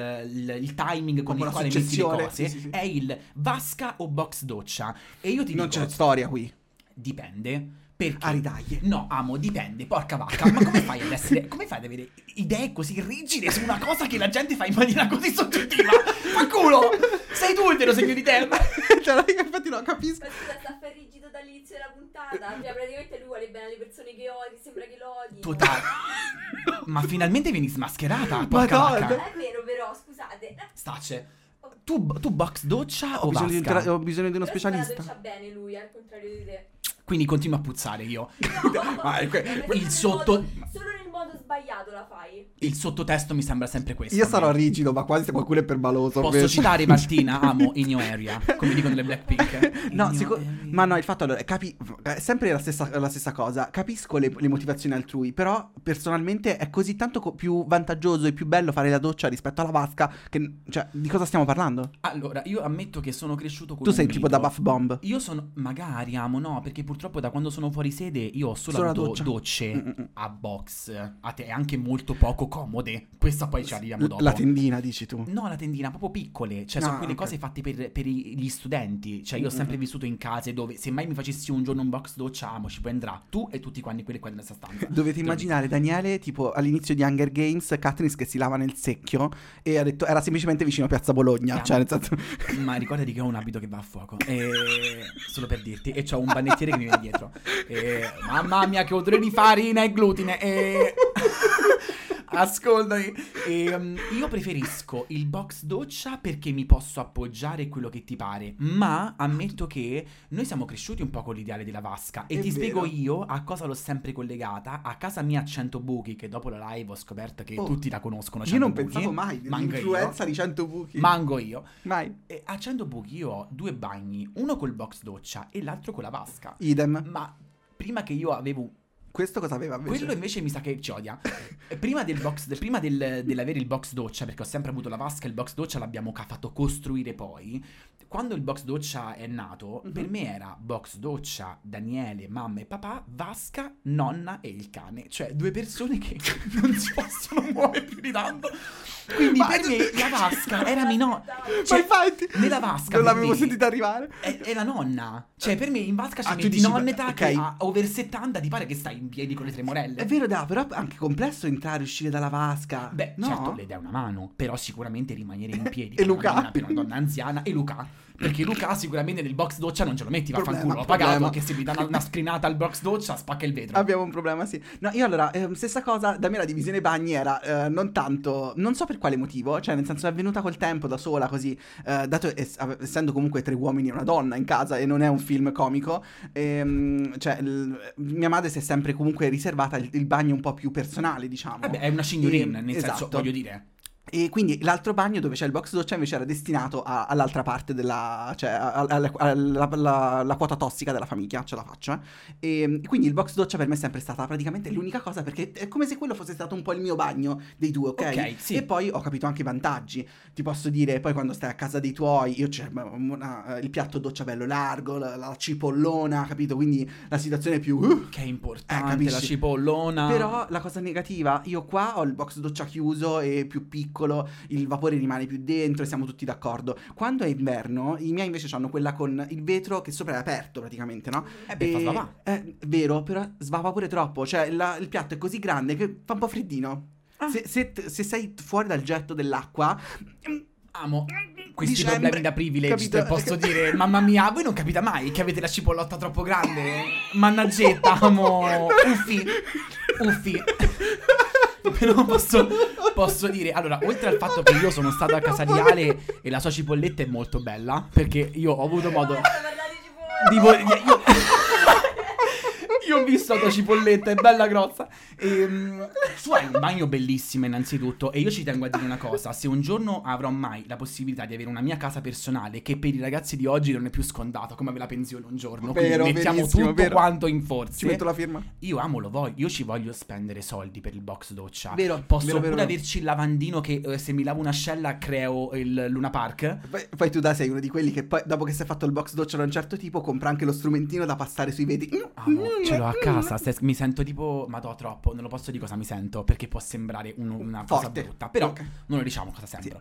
il timing con Come il la quale metti le successione, cose, sì. è il vasca o box doccia. E io ti Non dico, c'è storia qui. dipende. Perché? A ridaglie. No, amo, dipende, porca vacca. Ma come fai ad essere... Come fai ad avere idee così rigide su una cosa che la gente fa in maniera così soggettiva? Ma culo! Sei tu il vero segno di te! Cioè, infatti no, capisco. Ma scusa, sta per rigido dall'inizio della puntata. Cioè, praticamente lui vuole bene alle persone che odi, sembra che lo odi. Totale. Ma finalmente vieni smascherata, porca Madonna. vacca. È vero, però, scusate. Stace. Tu box doccia Ho o bisogno, vasca? ho bisogno di uno Però si fa la specialista. doccia bene lui, al contrario di te. Quindi continuo a puzzare io. Ma è il sotto- Solo nel modo sbagliato la fai. Il sottotesto mi sembra sempre questo. Io a me. sarò rigido, ma quasi se qualcuno è permaloso. Posso invece. citare Martina, amo In Your Area, come dicono le Blackpink. No, In your area. ma no, il fatto allora, è sempre la stessa cosa. Capisco le motivazioni altrui, però personalmente è così tanto più vantaggioso e più bello fare la doccia rispetto alla vasca che, cioè, di cosa stiamo parlando? Allora, io ammetto che sono cresciuto con Tu un sei tipo da mito. buff bomb. Io sono, magari amo, no, perché purtroppo da quando sono fuori sede io ho solo Solo la avuto doccia. docce a box, a te anche molto poco comode. Questa poi ci arriviamo dopo. La tendina, dici tu. No, la tendina, proprio piccole. Cioè, sono Ah, quelle ok. cose fatte per gli studenti. Cioè, io ho sempre vissuto in case dove, se mai mi facessi un giorno un box doccia, amo, ci puoi entrare tu e tutti quanti quelli qua nella stessa stanza. Dovete immaginare Daniele tipo all'inizio di Hunger Games, Katniss che si lava nel secchio e ha detto era semplicemente vicino a Piazza Bologna, Amo. cioè nel senso Ma ricordati che ho un abito che va a fuoco. Solo per dirti. E c'ho un panettiere che mi viene dietro. Mamma mia, che odore di farina e glutine. Ascoltami. Io preferisco il box doccia perché mi posso appoggiare quello che ti pare. Ma ammetto che noi siamo cresciuti un po' con l'ideale della vasca. E È ti spiego vero. io a cosa l'ho sempre collegata. A casa mia a 100 buchi, che dopo la live ho scoperto che Oh, tutti la conoscono. io 100 non buchi. pensavo mai Manco dell'influenza io. di 100 buchi. Mango io. Mai. E a 100 buchi io ho due bagni, uno col box doccia e l'altro con la vasca. Idem. Ma prima che io avevo... Questo cosa aveva invece? Quello invece mi sa che ci odia. Prima dell'avere il box doccia, perché ho sempre avuto la vasca, il box doccia l'abbiamo fatto costruire poi. Quando il box doccia è nato, per me era box doccia, Daniele, mamma e papà, vasca, nonna e il cane. Cioè, due persone che non si possono muovere più di tanto. Quindi Ma- per me la vasca era mia nonna. Ma Cioè, infatti nella vasca non per l'avevo me sentita arrivare. è la nonna. Cioè, per me in vasca ci Ah, tu metti dici- nonneta ok. che a over 70 ti pare che stai in piedi con le tremorelle. È vero, da, però è anche complesso entrare e uscire dalla vasca. Beh, no? certo, le dai una mano, però sicuramente rimanere in piedi E per una Luca? donna- per una donna anziana e Luca. Perché Luca sicuramente nel box doccia non ce lo metti, Problema, vaffanculo. Ho pagato problema. che se mi danno una screenata al box doccia spacca il vetro. Abbiamo un problema, sì. No, io allora, stessa cosa, da me la divisione bagni era non tanto, non so per quale motivo, cioè nel senso è venuta col tempo da sola così, dato essendo comunque tre uomini e una donna in casa e non è un film comico, cioè mia madre si è sempre comunque riservata il bagno un po' più personale, diciamo. Vabbè, è una signorina, nel senso, esatto. voglio dire. E quindi l'altro bagno dove c'è il box doccia invece era destinato all'altra parte della, cioè alla quota tossica della famiglia, ce la faccio. E quindi il box doccia per me è sempre stata praticamente l'unica cosa perché è come se quello fosse stato un po' il mio bagno dei due, ok? Ok, sì. E poi ho capito anche i vantaggi. Ti posso dire, poi quando stai a casa dei tuoi, io c'è il piatto doccia bello largo, la cipollona, capito? Quindi la situazione è più... Che è importante, capisci? la cipollona. Però la cosa negativa, io qua ho il box doccia chiuso e più piccolo piccolo, il vapore rimane più dentro e siamo tutti d'accordo. Quando è inverno, i miei invece hanno quella con il vetro che sopra è aperto praticamente, no? Beh, fa svapà. È vero, però svapa pure troppo. Cioè, il piatto è così grande che fa un po' freddino. Se sei fuori dal getto dell'acqua... Amo questi Dicembre, problemi da privilege, capito? te posso dire, mamma mia, voi non capite mai che avete la cipollotta troppo grande? Mannaggetta, amo, uffi. Però posso dire, allora, oltre al fatto che io sono stato a casa di Ale e la sua cipolletta è molto bella, perché io ho avuto modo io ho visto la tua cipolletta, è bella grossa. Tu hai un bagno bellissimo innanzitutto, e io ci tengo a dire una cosa: se un giorno avrò mai la possibilità di avere una mia casa personale, che per i ragazzi di oggi non è più scontato, come la pensione un giorno, quindi mettiamo tutto quanto in forza. Ci metto la firma. Io amo, lo voglio, io ci voglio spendere soldi per il box doccia. Vero, Posso vero. averci il lavandino che se mi lavo un'ascella creo il Luna Park. Poi tu sei uno di quelli che poi, dopo che si è fatto il box doccia da un certo tipo, compra anche lo strumentino da passare sui vetri. Amo, ce l'ho a casa, mi sento tipo, troppo, non lo posso dire cosa mi sento, perché può sembrare una cosa Forte. brutta, però Ok. non lo diciamo cosa sembra.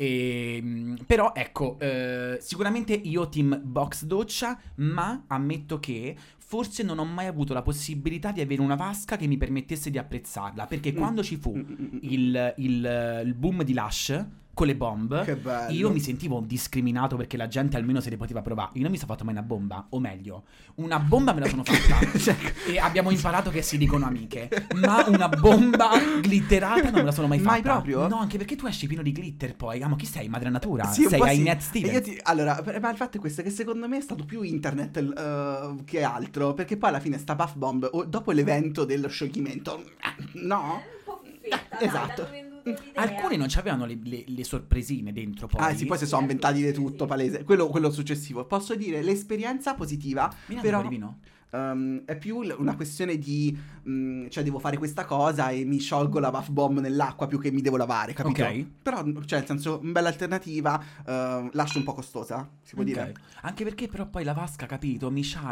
Però ecco, sicuramente io team box doccia, ma ammetto che forse non ho mai avuto la possibilità di avere una vasca che mi permettesse di apprezzarla, perché quando ci fu il boom di Lush con le bomb, Che bello. io mi sentivo discriminato perché la gente almeno se le poteva provare. Io non mi sono fatto mai una bomba, o meglio, una bomba me la sono fatta Cioè, e abbiamo imparato che si dicono amiche, ma una bomba glitterata non me la sono mai fatta. Mai proprio? No, anche perché tu esci pieno di glitter poi. Amo, chi sei? Madre natura? sì, un sei po' ai sì. Net E Stevens. allora, ma il fatto è questo, che secondo me è stato più internet che altro, perché poi alla fine sta Puff Bomb, dopo l'evento dello scioglimento, no? Un po' fiffetta, Esatto. dai, hanno venduto l'idea. Alcuni non c'avevano le sorpresine dentro poi. Ah sì, poi si sono inventati di tutto, palese. Quello successivo. Posso dire l'esperienza positiva, Mi però di vino? è più una questione di cioè devo fare questa cosa e mi sciolgo la Puff Bomb nell'acqua più che mi devo lavare, capito? Ok. Però, cioè, nel senso, una bella alternativa, lascio un po' costosa, si può Ok. dire. Anche perché però poi la vasca, capito?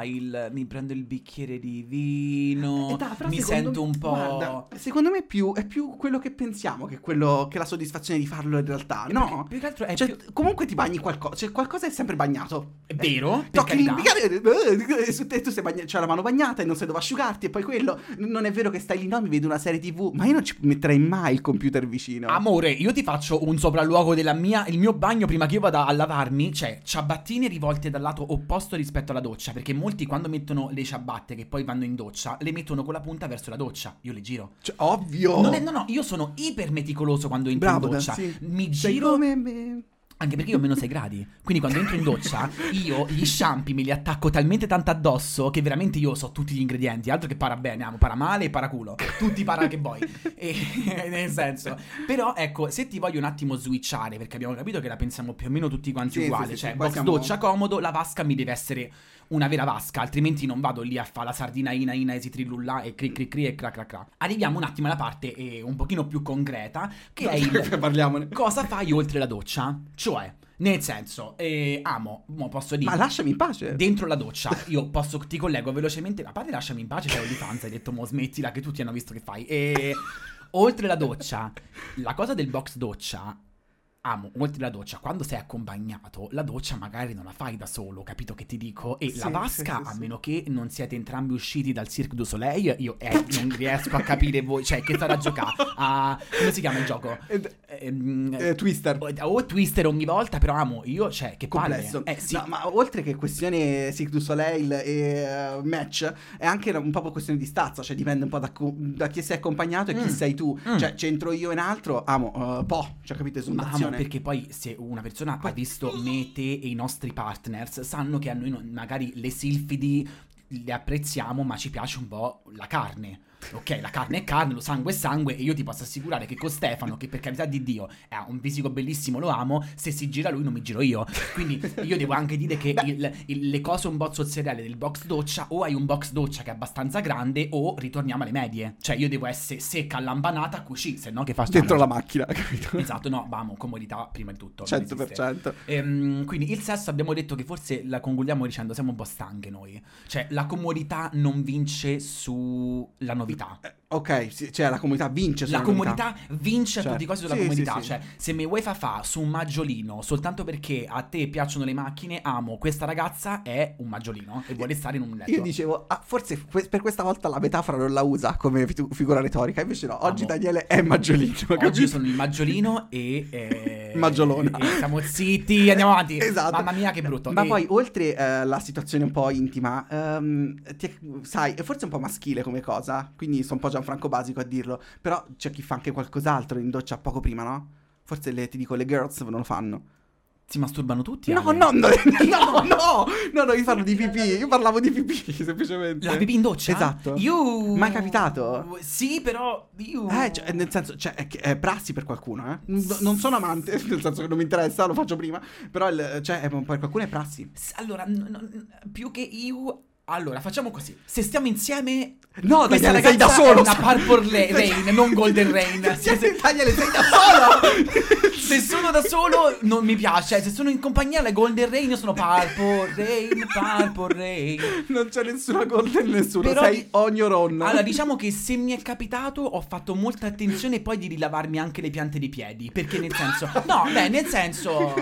Mi prendo il bicchiere di vino, dai, però mi secondo sento me- un po'... guarda, secondo me è più quello che pensiamo che la soddisfazione di farlo in realtà, no? Più che altro è Cioè, più... comunque ti bagni qualcosa, cioè qualcosa è sempre bagnato. È vero? Per Tocchi il carità. bicchiere e su te tu c'hai la mano bagnata e non sai dove asciugarti, e poi quello non è vero che stai lì, no, mi vedo una serie TV, ma io non ci metterei mai il computer vicino. Amore, io ti faccio un sopralluogo il mio bagno prima che io vada a lavarmi, cioè ciabattine rivolte dal lato opposto rispetto alla doccia, perché molti quando mettono le ciabatte che poi vanno in doccia, le mettono con la punta verso la doccia, io le giro. Cioè, ovvio. No, io sono iper meticoloso quando entro Bravo, in doccia, sì. mi Sei giro... come me. Anche perché io ho meno 6 gradi. Quindi quando entro in doccia, io gli shampoo me li attacco talmente tanto addosso che veramente io so tutti gli ingredienti. Altro che para bene, amo, para male e para culo. Tutti para che vuoi. E, nel senso. Però ecco, se ti voglio un attimo switchare, perché abbiamo capito che la pensiamo più o meno tutti quanti Sì, uguali. sì, sì, cioè, sì, box siamo- doccia comodo, la vasca mi deve essere una vera vasca, altrimenti non vado lì a fare la sardina ina esitrilulla e cri cri cri e cra cra cra. Arriviamo un attimo alla parte un pochino più concreta, che è il... Parliamone. Cosa fai oltre la doccia? Cioè, nel senso, amo, mo posso dire... Ma lasciami in pace. Dentro la doccia, io ti collego velocemente. A parte lasciami in pace, c'è OnlyFans, hai detto mo smettila che tutti hanno visto che fai. E oltre la doccia, la cosa del box doccia, amo, oltre la doccia, quando sei accompagnato, la doccia magari non la fai da solo, capito che ti dico? E Sì, la vasca, sì, sì, a sì. meno che non siete entrambi usciti dal Cirque du Soleil, io non riesco a capire voi, cioè che sarà a giocare a... come si chiama il gioco? Twister. O Twister ogni volta, però amo, io, cioè, che Complesso. palle. Sì. No, ma oltre che questione Cirque du Soleil e match, è anche un po' questione di stazza, cioè dipende un po' da chi sei accompagnato e chi sei tu. Cioè, c'entro io in altro, amo, cioè capito, Ma amo, esultazione. perché poi se una persona ha visto me, te e i nostri partners, sanno che a noi magari le silfidi le apprezziamo, ma ci piace un po' la carne. Ok, la carne è carne, lo sangue è sangue, e io ti posso assicurare che con Stefano, che per carità di Dio ha un fisico bellissimo, lo amo, se si gira lui non mi giro io. Quindi io devo anche dire che le cose un bozzo seriale del box doccia, o hai un box doccia che è abbastanza grande, o ritorniamo alle medie. Cioè io devo essere secca allambanata così, se no che facciamo? Dentro la macchina, capito? Esatto, no, vamo, comodità prima di tutto. non esiste. 100%. Quindi il sesso abbiamo detto che forse la concludiamo dicendo siamo un po' stanche noi. Cioè la comodità non vince sulla novità. novità. Ok, sì, cioè la comunità vince sulla La novità. comunità vince a Certo. tutti i costi sulla Sì, comodità. sì, sì. Cioè, se mi UEFA fa su un maggiolino soltanto perché a te piacciono le macchine, amo, questa ragazza è un maggiolino e vuole stare in un letto. Io dicevo, forse per questa volta la metafora non la usa come figura retorica, invece no, oggi Amo. Daniele è maggiolino. Oggi capito? sono il maggiolino e Maggiolona. E stiamo zitti, andiamo avanti. Esatto. Mamma mia, che brutto. Ma E- poi, oltre la situazione un po' intima, sai, è forse un po' maschile come cosa, quindi sono un po' Gianfranco Basico a dirlo, però c'è chi fa anche qualcos'altro in doccia poco prima, no? Forse ti dico, le girls non lo fanno. si masturbano tutti. No, Ale. no, io parlo di pipì, io parlavo di pipì, semplicemente. La pipì in doccia? Esatto. Io... Mai capitato? Sì, però io... Cioè, nel senso, cioè, è prassi per qualcuno, non sono amante, nel senso che non mi interessa, lo faccio prima, però, cioè, per qualcuno è prassi. Allora, più che io... Allora, facciamo così. Se stiamo insieme... No, questa Daniele, sei ragazza da solo. è una Purple Rain, non Golden Rain. Daniele, sei da solo. Se sono da solo non mi piace. Se sono in compagnia la Golden Rain, io sono Purple Rain, Purple Rain. Non c'è nessuna golden, nessuno, Però sei on your own. Allora, diciamo che se mi è capitato ho fatto molta attenzione poi di rilavarmi anche le piante dei piedi. Perché nel senso... No, beh, nel senso...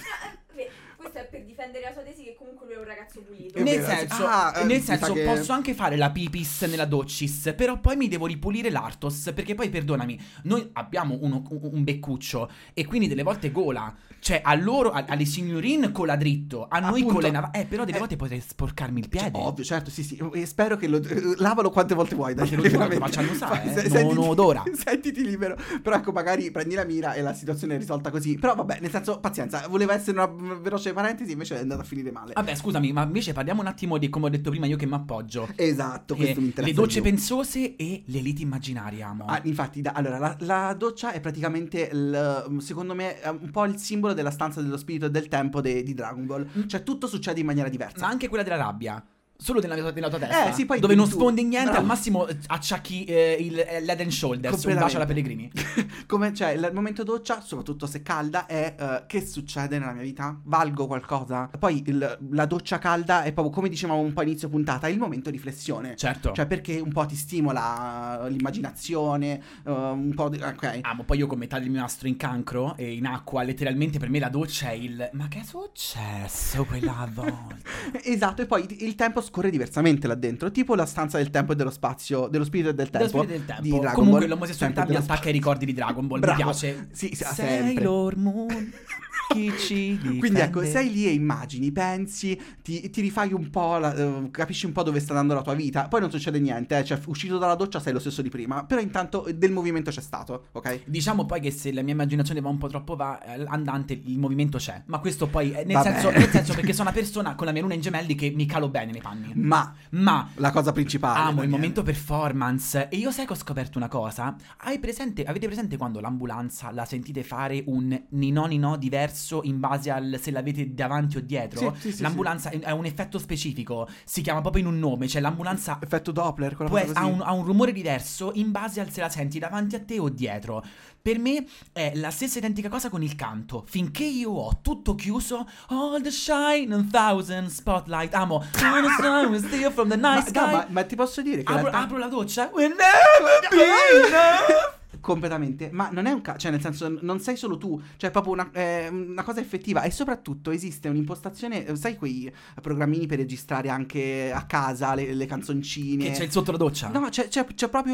Questo è per difendere la sua tesi che comunque lui è un ragazzo pulito. È Nel vero, senso, sì. nel Mi sa senso che- posso anche fare la pipis nella doccis, però poi mi devo ripulire l'artos, perché poi perdonami, noi abbiamo un beccuccio e quindi delle volte gola, cioè a loro, alle signorin cola dritto, a noi Appunto. cola in però delle volte potrei sporcarmi il piede. Ovvio, certo, sì, e spero che lavalo quante volte vuoi, Ma te lo Daniele, giuro, veramente. facciano usare, Fai- non odora. Sentiti libero. Però ecco, magari prendi la mira e la situazione è risolta così. Però vabbè, nel senso, pazienza, voleva essere una veloce parentesi, invece è andata a finire male. Vabbè, scusami, ma invece parliamo un attimo di come ho detto prima io che mi appoggio. Esatto, questo mi interessa Le docce di più. pensose e le liti immaginarie, amo. Infatti, allora, la doccia è praticamente, secondo me, è un po' il simbolo della stanza dello spirito e del tempo di Dragon Ball. Cioè, tutto succede in maniera diversa. Ma anche quella della rabbia. Solo della tua testa. sì, poi dove non tu- sfondi niente, bravo. al massimo acciacchi il Head and Shoulders, un bacio alla Pellegrini. Come, cioè, il momento doccia, soprattutto se calda, è che succede nella mia vita? Valgo qualcosa? Poi la doccia calda è proprio, come dicevamo un po' a inizio puntata, il momento di flessione. Certo. Cioè, perché un po' ti stimola l'immaginazione, un po' di... Ok. Amo, poi io come taglio il mio nastro in cancro e in acqua, letteralmente per me la doccia è il... Ma che è successo quella volta? Esatto, e poi il tempo scorre diversamente là dentro, tipo la stanza del tempo e dello spazio, dello spirito e del tempo. Dello spirito del tempo. Di Dragon Comunque Ball. l'omosessualità Sempre mi dello attacca ai ricordi di Dragon Ball, Bravo. mi piace. Sì, Sailor sempre. Moon, chi ci Quindi ecco, difende? sei lì e immagini, pensi, ti rifai un po', capisci un po' dove sta andando la tua vita, poi non succede niente, cioè uscito dalla doccia sei lo stesso di prima, però intanto del movimento c'è stato, ok? Diciamo poi che se la mia immaginazione va un po' troppo andante, il movimento c'è. Ma questo poi, nel Vabbè. senso perché sono una persona con la mia luna in gemelli che mi calo bene nei panni. Ma Ma la cosa principale, amo il Daniele. momento performance. E io sai che ho scoperto una cosa? Avete presente quando l'ambulanza la sentite fare un ninò diverso in base al se l'avete davanti o dietro? Sì, L'ambulanza è un effetto specifico, si chiama proprio in un nome, cioè l'ambulanza effetto Doppler, quella può cosa ha così. un rumore diverso in base al se la senti davanti a te o dietro. Per me è la stessa identica cosa con il canto. Finché io ho tutto chiuso, all the shine and thousand spotlight. Amo. All the sun will steal from the night sky. ma ti posso dire che in realtà- Apro la doccia. We'll never be enough. completamente, ma non è un cioè nel senso non sei solo tu, cioè è proprio una cosa effettiva e soprattutto esiste un'impostazione, sai quei programmini per registrare anche a casa le canzoncine. Che c'è il sotto la doccia. No, c'è proprio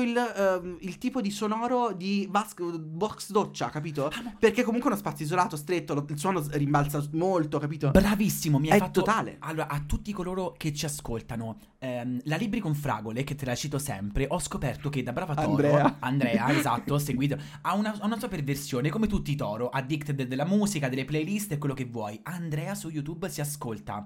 il tipo di sonoro di box doccia, capito? Perché comunque è uno spazio isolato, stretto, il suono rimbalza molto, capito? Bravissimo, mi hai È fatto totale. Allora, a tutti coloro che ci ascoltano, la Libri con Fragole, che te la cito sempre, ho scoperto che da brava Toro, Andrea, esatto, seguito, ha una sua perversione, come tutti i Toro, addicted della musica, delle playlist e quello che vuoi. Andrea su YouTube si ascolta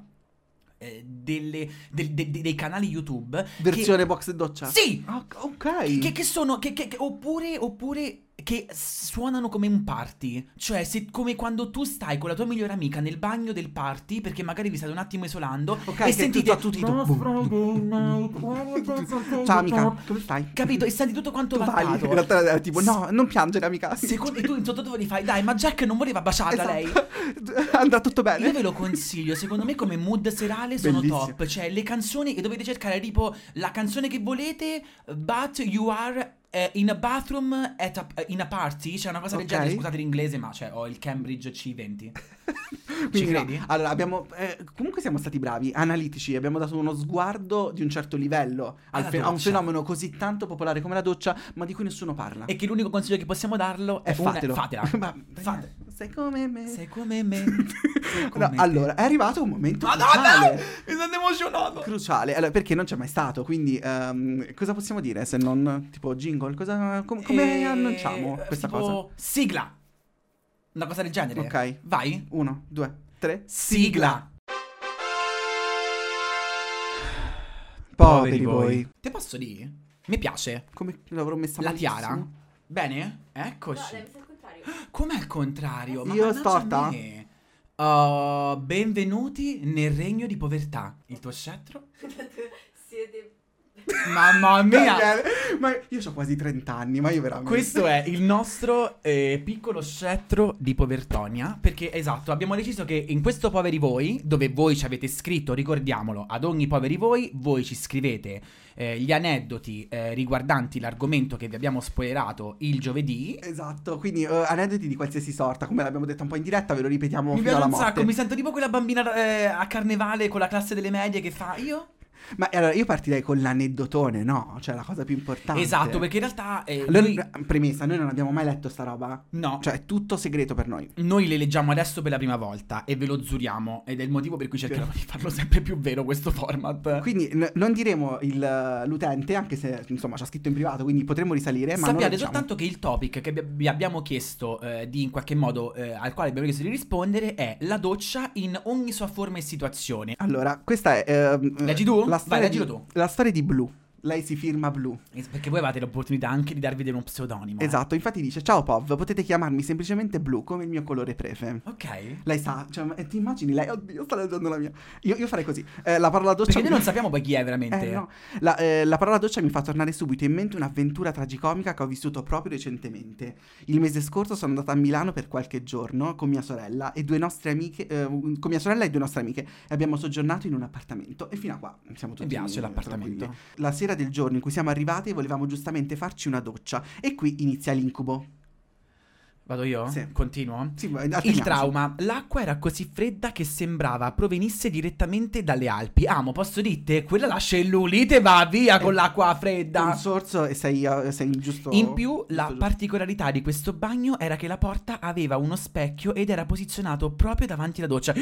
dei canali YouTube Versione box doccia? Sì! Ok. Che sono oppure che suonano come un party. Cioè, come quando tu stai con la tua migliore amica nel bagno del party, perché magari vi state un attimo isolando, Ok, e che sentite tutto ciao amica, come stai? capito? E senti tutto quanto Tu vai, vantato. in realtà era tipo no, non piangere amica. E tu in sottotono gli fai, dai, ma Jack non voleva baciarla lei. Esatto. Andrà tutto bene. Io ve lo consiglio, secondo me come mood serale sono Bellissimo. top. Cioè le canzoni che dovete cercare tipo la canzone che volete, but you are in a bathroom in a party. C'è una cosa del Ok. genere, scusate l'inglese, ma cioè ho il Cambridge C20. Ci Quindi no. credi? Allora abbiamo comunque siamo stati bravi, analitici, abbiamo dato uno sguardo di un certo livello Alla a un doccia. fenomeno così tanto popolare come la doccia, ma di cui nessuno parla. E che l'unico consiglio che possiamo darlo è fatelo. fatela. Ma Fate. sei come me. Sei come me. Sei come No, te. allora, è arrivato un momento Madonna! cruciale. Mi sono emozionato. Cruciale, allora, perché non c'è mai stato, quindi cosa possiamo dire se non tipo jingle? Come annunciamo questa tipo, cosa? sigla. Una cosa del genere. Ok. Vai. 1, 2, 3. Sigla. Poveri voi. Te posso dire? Mi piace. Come l'avrò messa La malissimo. tiara. Bene? No, Eccoci. l'hai messo al contrario. Com'è il contrario? Ma Io mannaggia storta? me. Benvenuti nel regno di povertà. Il tuo scettro? Siete... Mamma mia! Ma io ho quasi 30 anni, ma io veramente. Questo è il nostro piccolo scettro di Povertonia. Perché, esatto, abbiamo deciso che in questo Poveri Voi, dove voi ci avete scritto, ricordiamolo, ad ogni Poveri voi ci scrivete gli aneddoti riguardanti l'argomento che vi abbiamo spoilerato il giovedì. Esatto, quindi aneddoti di qualsiasi sorta, come l'abbiamo detto un po' in diretta, ve lo ripetiamo Mi fino piace alla un morte. sacco, mi sento tipo quella bambina a carnevale con la classe delle medie che fa io. Ma allora io partirei con l'aneddotone, no? Cioè la cosa più importante. Esatto, perché in realtà Premessa, noi non abbiamo mai letto sta roba. no. Cioè è tutto segreto per noi. Noi le leggiamo adesso per la prima volta e ve lo giuriamo, ed è il motivo per cui cercheremo di farlo sempre più vero questo format. Quindi non diremo l'utente, anche se insomma ci ha scritto in privato, quindi potremmo risalire. Ma non lo Sappiate diciamo. soltanto che il topic che vi abbiamo chiesto di in qualche modo al quale abbiamo chiesto di rispondere è la doccia in ogni sua forma e situazione. Allora, questa è. Leggi tu? La Vai, storia leggilo di, tu. La storia di Blue. Lei si firma Blue. Perché voi avete l'opportunità anche di darvi uno pseudonimo. Esatto, infatti dice: Ciao Pov, potete chiamarmi semplicemente Blue, come il mio colore prefe. Ok. Lei sa, cioè, ti immagini lei? Oddio, sta leggendo la mia. Io farei così. La parola doccia. Perché noi non sappiamo poi chi è veramente. No. La parola doccia mi fa tornare subito in mente un'avventura tragicomica che ho vissuto proprio recentemente. Il mese scorso sono andata a Milano per qualche giorno con mia sorella e due nostre amiche. Con mia sorella e due nostre amiche. E abbiamo soggiornato in un appartamento. E fino a qua siamo tutti. Mi piace l'appartamento. tranquilli. La sera del giorno in cui siamo arrivati volevamo giustamente farci una doccia. E qui inizia l'incubo. Vado io? Sì. Continuo? Sì, Il alterniamoci. trauma. L'acqua era così fredda che sembrava provenisse direttamente dalle Alpi. Amo, posso dirti? Quella lascia il lulite, va via con l'acqua Un fredda. sorso e sei giusto. In più, la giusto. particolarità di questo bagno era che la porta aveva uno specchio ed era posizionato proprio davanti alla doccia.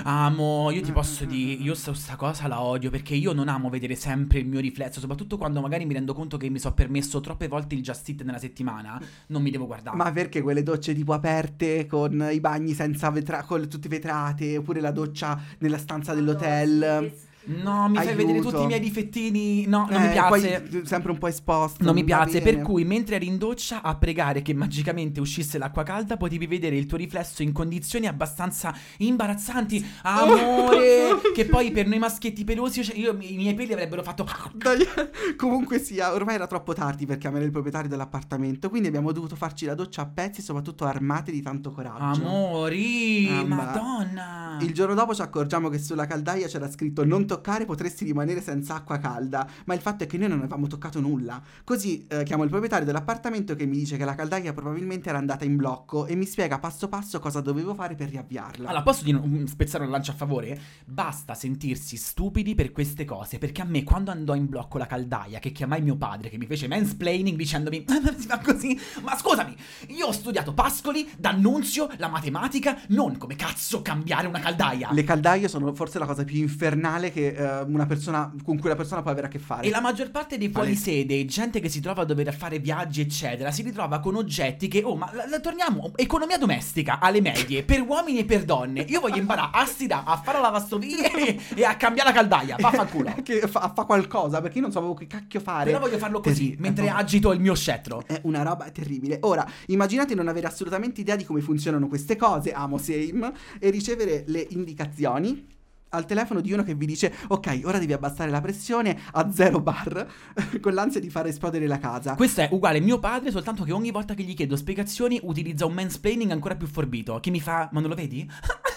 Amo, io ti posso dire, io sta cosa la odio perché io non amo vedere sempre il mio riflesso, soprattutto quando magari mi rendo conto che mi so permesso troppe volte il Just Eat nella settimana, non mi devo guardare. Ma perché quelle docce tipo aperte con i bagni senza con tutte vetrate, oppure la doccia nella stanza dell'hotel? No, mi fai Aiuto. vedere tutti i miei difettini. No, non mi piace. Poi sempre un po' esposto. Non mi va piace, bene. per cui mentre eri in doccia a pregare che magicamente uscisse l'acqua calda, potevi vedere il tuo riflesso in condizioni abbastanza imbarazzanti. Amore, che poi per noi maschietti pelosi, cioè, i miei peli avrebbero fatto. Dai, comunque sia, ormai era troppo tardi per chiamare il proprietario dell'appartamento, quindi abbiamo dovuto farci la doccia a pezzi e soprattutto armati di tanto coraggio. Amori, Mamma. Madonna. Il giorno dopo ci accorgiamo che sulla caldaia c'era scritto non toccare, potresti rimanere senza acqua calda, ma il fatto è che noi non avevamo toccato nulla. Così chiamo il proprietario dell'appartamento che mi dice che la caldaia probabilmente era andata in blocco e mi spiega passo passo cosa dovevo fare per riavviarla. Allora, posso spezzare una lancia a favore? Basta sentirsi stupidi per queste cose, perché a me quando andò in blocco la caldaia, che chiamai mio padre, che mi fece mansplaining dicendomi si fa così, ma scusami, io ho studiato Pascoli, D'Annunzio, la matematica, non come cazzo cambiare una caldaia caldaia. Le caldaie sono forse la cosa più infernale che una persona con cui la persona può avere a che fare. E la maggior parte dei fuorisede, gente che si trova a dover fare viaggi eccetera, si ritrova con oggetti che, torniamo, economia domestica alle medie, per uomini e per donne. Io voglio imparare a stirare, a fare la lavastoviglie e a cambiare la caldaia, vaffanculo. Che fa qualcosa, perché io non sapevo che cacchio fare. Però voglio farlo così, mentre agito il mio scettro. È una roba terribile. Ora, immaginate non avere assolutamente idea di come funzionano queste cose, amo same, e ricevere le indicazioni al telefono di uno che vi dice: ok, ora devi abbassare la pressione a 0 bar con l'ansia di far esplodere la casa. Questo è uguale a mio padre, soltanto che ogni volta che gli chiedo spiegazioni utilizza un mansplaining ancora più forbito, che mi fa: ma non lo vedi?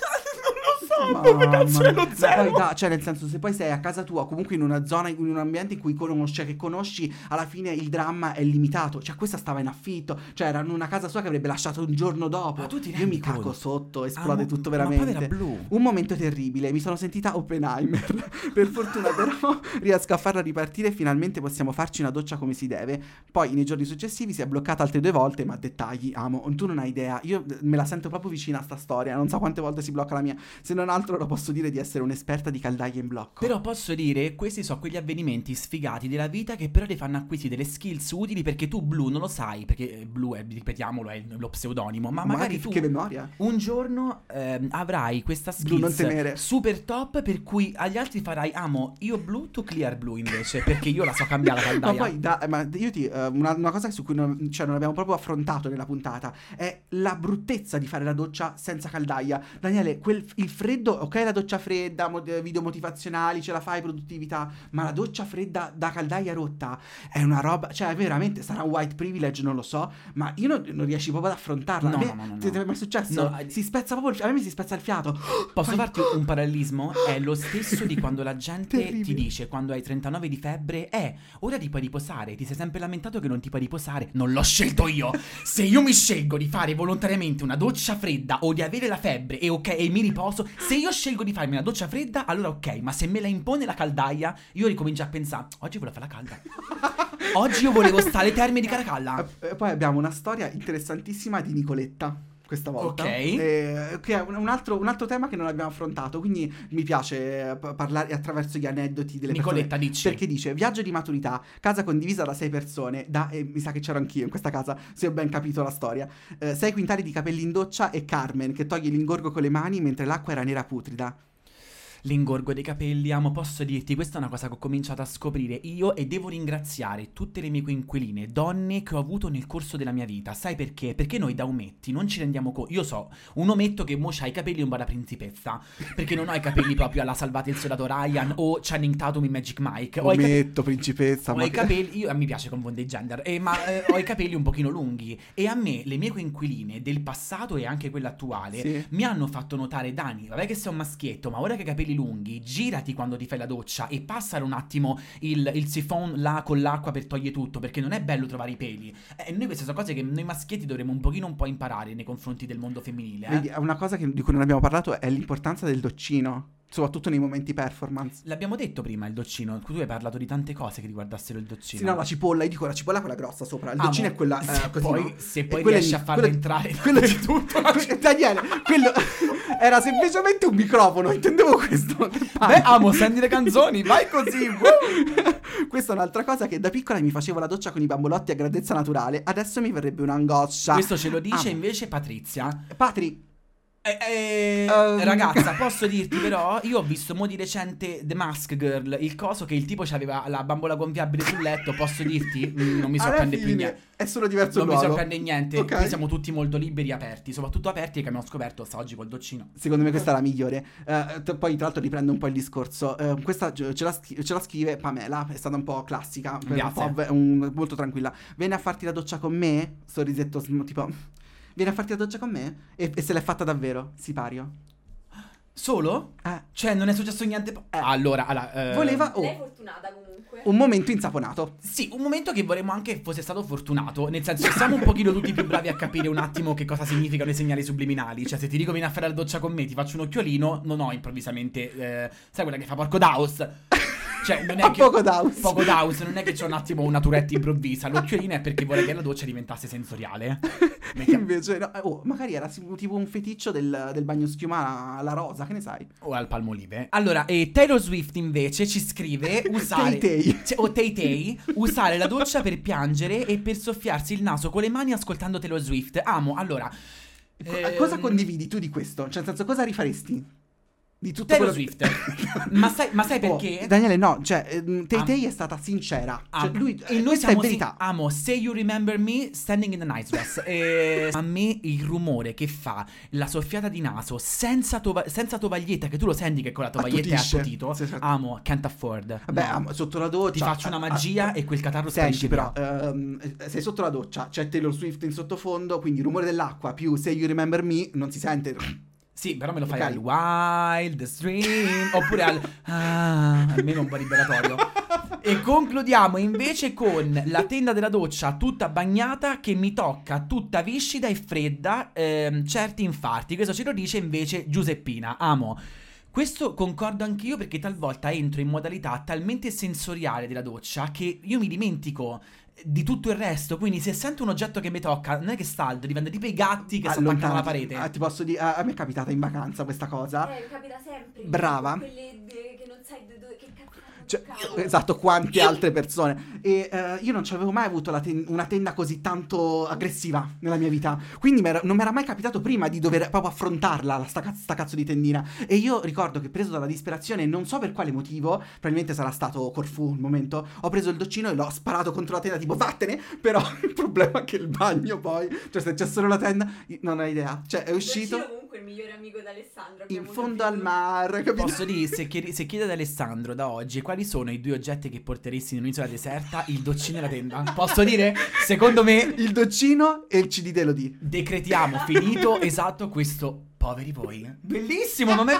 Dove cazzo è lo zero? Poi cioè nel senso, se poi sei a casa tua, comunque in una zona, in un ambiente in cui conosci, alla fine il dramma è limitato. Cioè questa stava in affitto, cioè era in una casa sua che avrebbe lasciato un giorno dopo. Ma tu ti Io rendi mi cago conto? sotto, esplode tutto veramente. Ma povera Blu. Un momento terribile, mi sono sentita Oppenheimer. Per fortuna però riesco a farla ripartire e finalmente possiamo farci una doccia come si deve. Poi nei giorni successivi si è bloccata altre 2 volte, ma dettagli, amo, tu non hai idea. Io me la sento proprio vicina a sta storia, non so quante volte si blocca la mia. Se non altro lo posso dire di essere un'esperta di caldaie in blocco. Però posso dire, questi sono quegli avvenimenti sfigati della vita che però ti fanno acquisire delle skills utili, perché tu Blu non lo sai, perché Blu è, ripetiamolo, è lo pseudonimo, ma magari tu che memoria. un giorno avrai questa Blu, non skills temere. super top, per cui agli altri farai: amo, io Blu, tu Clear Blue invece, perché io la so cambiare la Ma caldaia. poi ma io ti una cosa su cui non abbiamo proprio affrontato nella puntata è la bruttezza di fare la doccia senza caldaia. Daniele, il freddo, ok, la doccia fredda, video motivazionali, ce la fai, produttività, ma la doccia fredda da caldaia rotta è una roba, cioè veramente sarà un white privilege, non lo so, ma io non riesci proprio ad affrontarla. No. Ti è mai successo? No, si spezza proprio, a me mi si spezza il fiato. Posso farti un parallelismo? È lo stesso di quando la gente Terribile. ti dice, quando hai 39 di febbre: ora ti puoi riposare, ti sei sempre lamentato che non ti puoi riposare. Non l'ho scelto io. Se io mi scelgo di fare volontariamente una doccia fredda o di avere la febbre e mi riposo, se io scelgo di farmi una doccia fredda, allora ok, ma se me la impone la caldaia, io ricomincio a pensare: oggi volevo fare la calda. Oggi io volevo stare ai termini di Caracalla. Poi abbiamo una storia interessantissima di Nicoletta questa volta, Ok. Che è un altro tema che non abbiamo affrontato, quindi mi piace parlare attraverso gli aneddoti delle Nicoletta, persone. dici. Perché dice: viaggio di maturità, casa condivisa da 6 persone, mi sa che c'ero anch'io in questa casa, se ho ben capito la storia, 6 quintali di capelli in doccia e Carmen che toglie l'ingorgo con le mani mentre l'acqua era nera putrida. L'ingorgo dei capelli, amo, posso dirti, questa è una cosa che ho cominciato a scoprire io e devo ringraziare tutte le mie coinquiline, donne che ho avuto nel corso della mia vita. Sai perché? Perché noi da ometti non ci rendiamo conto. Io so, un ometto che mo c'ha i capelli un po' da principessa, perché non ho i capelli proprio alla Salvate il soldato Ryan o Channing Tatum in Magic Mike. Ometto, principessa. Ho i capelli, io mi piace confondere i gender, ma ho i capelli un pochino lunghi, e a me le mie coinquiline del passato e anche quella attuale Sì. mi hanno fatto notare: Dani, vabbè che sei un maschietto, ma ora che hai i capelli lunghi, girati quando ti fai la doccia e passare un attimo il sifon là con l'acqua per togliere tutto, perché non è bello trovare i peli. Noi queste sono cose che noi maschietti dovremmo un po' imparare nei confronti del mondo femminile. Vedi, una cosa di cui non abbiamo parlato è l'importanza del doccino, soprattutto nei momenti performance. L'abbiamo detto prima, il doccino. Tu hai parlato di tante cose che riguardassero il doccino. Sì, no, la cipolla, io dico la cipolla è quella grossa sopra, il doccino è quella così, no? Se poi quella riesci a farla entrare quello del tutto. Daniele, quello era semplicemente un microfono, intendevo questo. Beh, amo, senti le canzoni, vai così. Questa è un'altra cosa che da piccola mi facevo la doccia con i bambolotti a grandezza naturale, adesso mi verrebbe un'angoscia. Questo ce lo dice invece Patrizia. Patri, Ragazza, posso dirti però, io ho visto mo di recente The Mask Girl, il coso che il tipo c'aveva la bambola gonfiabile sul letto. Posso dirti, non mi sorprende più niente. È solo diverso Non il mi luogo. sorprende niente. Ok. Qui siamo tutti molto liberi e aperti, soprattutto aperti, che abbiamo scoperto oggi col doccino. Secondo me questa è la migliore. Poi tra l'altro riprendo un po' il discorso. Questa ce la scrive Pamela, è stata un po' classica, Grazie. molto tranquilla. Vieni a farti la doccia con me? Sorrisetto tipo: vieni a farti la doccia con me? E se l'è fatta davvero, sipario. Solo? Cioè non è successo niente. Allora Voleva Lei è fortunata comunque. un momento insaponato. sì, un momento che vorremmo anche fosse stato fortunato. Nel senso che siamo un pochino tutti più bravi a capire un attimo che cosa significano i segnali subliminali. Cioè se ti dico vieni a fare la doccia con me, ti faccio un occhiolino, non ho improvvisamente sai quella che fa Porco Daus. Cioè, non è A che... poco d'house. Poco d'house, non è che c'è un attimo una Tourette improvvisa. L'occhiolino è perché vorrei che la doccia diventasse sensoriale. Invece no, magari era tipo un feticcio del bagno schiuma alla rosa, che ne sai? O al palmolive. Allora, Taylor Swift invece ci scrive usare... Tay-Tay. O Tay-Tay, usare la doccia per piangere e per soffiarsi il naso con le mani ascoltando Taylor Swift. Amo, allora... Cosa condividi tu di questo? Cioè, nel senso, cosa rifaresti? Di tutto Taylor quello Swift. Ma sai perché? Daniele, no, cioè, Tay-Tay è stata sincera. Cioè, lui, e noi questa è siamo verità. amo Say You Remember Me Standing in the Nice Dress. A me il rumore che fa la soffiata di naso senza tovaglietta, che tu lo senti che con la tovaglietta è Attutisce. attutito. Sì, certo. Amo, can't afford. Vabbè, No. sotto la doccia Ti faccio una magia e quel catarro sparisce Senti, via. però, sei sotto la doccia, c'è Taylor Swift in sottofondo, quindi il rumore dell'acqua più Say You Remember Me non si sente. Sì, però me lo fai Ok. al wild stream oppure almeno un po' liberatorio. E concludiamo invece con la tenda della doccia tutta bagnata che mi tocca tutta viscida e fredda, certi infarti. Questo ce lo dice invece Giuseppina. Amo. Questo concordo anch'io perché talvolta entro in modalità talmente sensoriale della doccia che io mi dimentico di tutto il resto. Quindi se sento un oggetto che mi tocca, non è che saldo, diventa tipo i gatti che si attaccano alla parete. Ti posso dire, a me è capitata in vacanza questa cosa. Mi capita sempre. Brava. Quelle che non sai dove, che cazzo fanno Cioè, toccare. esatto, quante altre persone. E io non ci avevo mai avuto una tenda così tanto aggressiva nella mia vita. Quindi non mi era mai capitato prima di dover proprio affrontarla, sta cazzo di tendina. E io ricordo che preso dalla disperazione, non so per quale motivo, probabilmente sarà stato Corfù il momento, ho preso il doccino e l'ho sparato contro la tenda tipo vattene. Però il problema è che il bagno poi, cioè se c'è solo la tenda, non ho idea. Cioè è uscito Doccino comunque il migliore amico d'Alessandro. in abbiamo fondo capito. al mare, capito? Posso dire, se chiede ad Alessandro da oggi quali sono i 2 oggetti che porteresti in un'isola deserta, il doccino e la tenda. Posso dire? Secondo me Il doccino e il CD dell'Odi. decretiamo finito esatto questo poveri voi. Bellissimo, ma mi è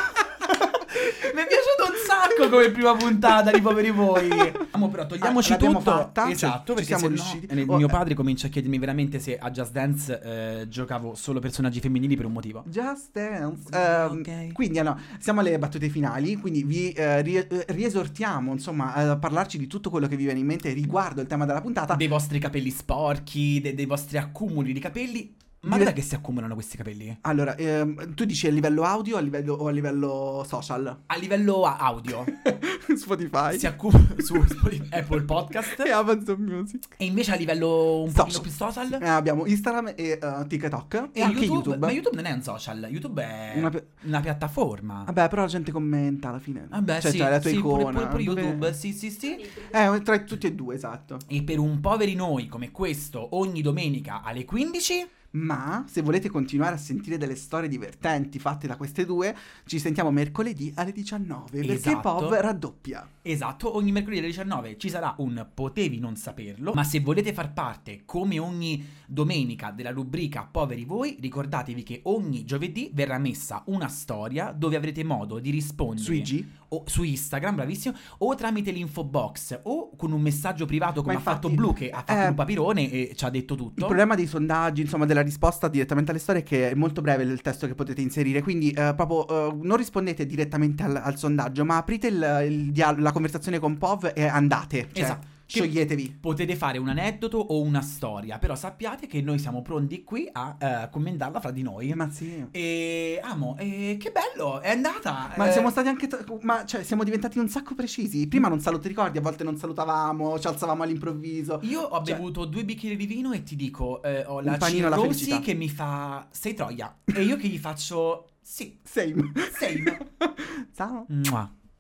mi è piaciuto un sacco come prima puntata di poveri voi. Amo, però togliamoci l'abbiamo tutto. fatta, Esatto, ci perché siamo se no, riusciti. mio padre comincia a chiedermi veramente se a Just Dance giocavo solo personaggi femminili per un motivo. Just Dance. Ok. Quindi allora, siamo alle battute finali, quindi vi riesortiamo insomma a parlarci di tutto quello che vi viene in mente riguardo il tema della puntata. Dei vostri capelli sporchi, dei vostri accumuli di capelli. Ma Dire- dov'è che si accumulano questi capelli? Allora, tu dici a livello audio o a livello social? A livello audio Spotify si accumula su Apple Podcast e Amazon Music. e invece a livello un pochino Social. più social Abbiamo Instagram e TikTok e anche YouTube. Ma YouTube non è un social, YouTube è Una pi- una piattaforma. Vabbè, però la gente commenta alla fine. Vabbè, cioè, sì, c'è la tua sì, icona. pure dove- YouTube, sì. Tra tutti e due, esatto. E per un poveri noi come questo, ogni domenica alle 15... Ma se volete continuare a sentire delle storie divertenti fatte da queste due, ci sentiamo mercoledì alle 19 perché Esatto. Pov raddoppia. Esatto, ogni mercoledì alle 19 ci sarà un Potevi non saperlo, ma se volete far parte, come ogni domenica, della rubrica Poveri Voi, ricordatevi che ogni giovedì verrà messa una storia dove avrete modo di rispondere Su IG? o su Instagram, bravissimo, o tramite l'info box o con un messaggio privato come Ma ha fatto infatti, Blu che ha fatto un papirone e ci ha detto Il tutto. problema dei sondaggi, insomma, della risposta direttamente alle storie è che è molto breve il testo che potete inserire, quindi proprio non rispondete direttamente al sondaggio, ma aprite la conversazione con Pov e andate. Cioè, Esatto. scioglietevi. Potete fare un aneddoto o una storia, però sappiate che noi siamo pronti qui a commentarla fra di noi. Ma sì. E amo, che bello, è andata. Ma siamo stati anche. Cioè, siamo diventati un sacco precisi. Prima non ti ricordi, a volte non salutavamo, ci alzavamo all'improvviso. Io ho Cioè, bevuto 2 bicchieri di vino e ti dico, ho la Un panino alla cirrosi felicità. che mi fa sei troia. E io che gli faccio sì, Same. same. Ciao. Mua.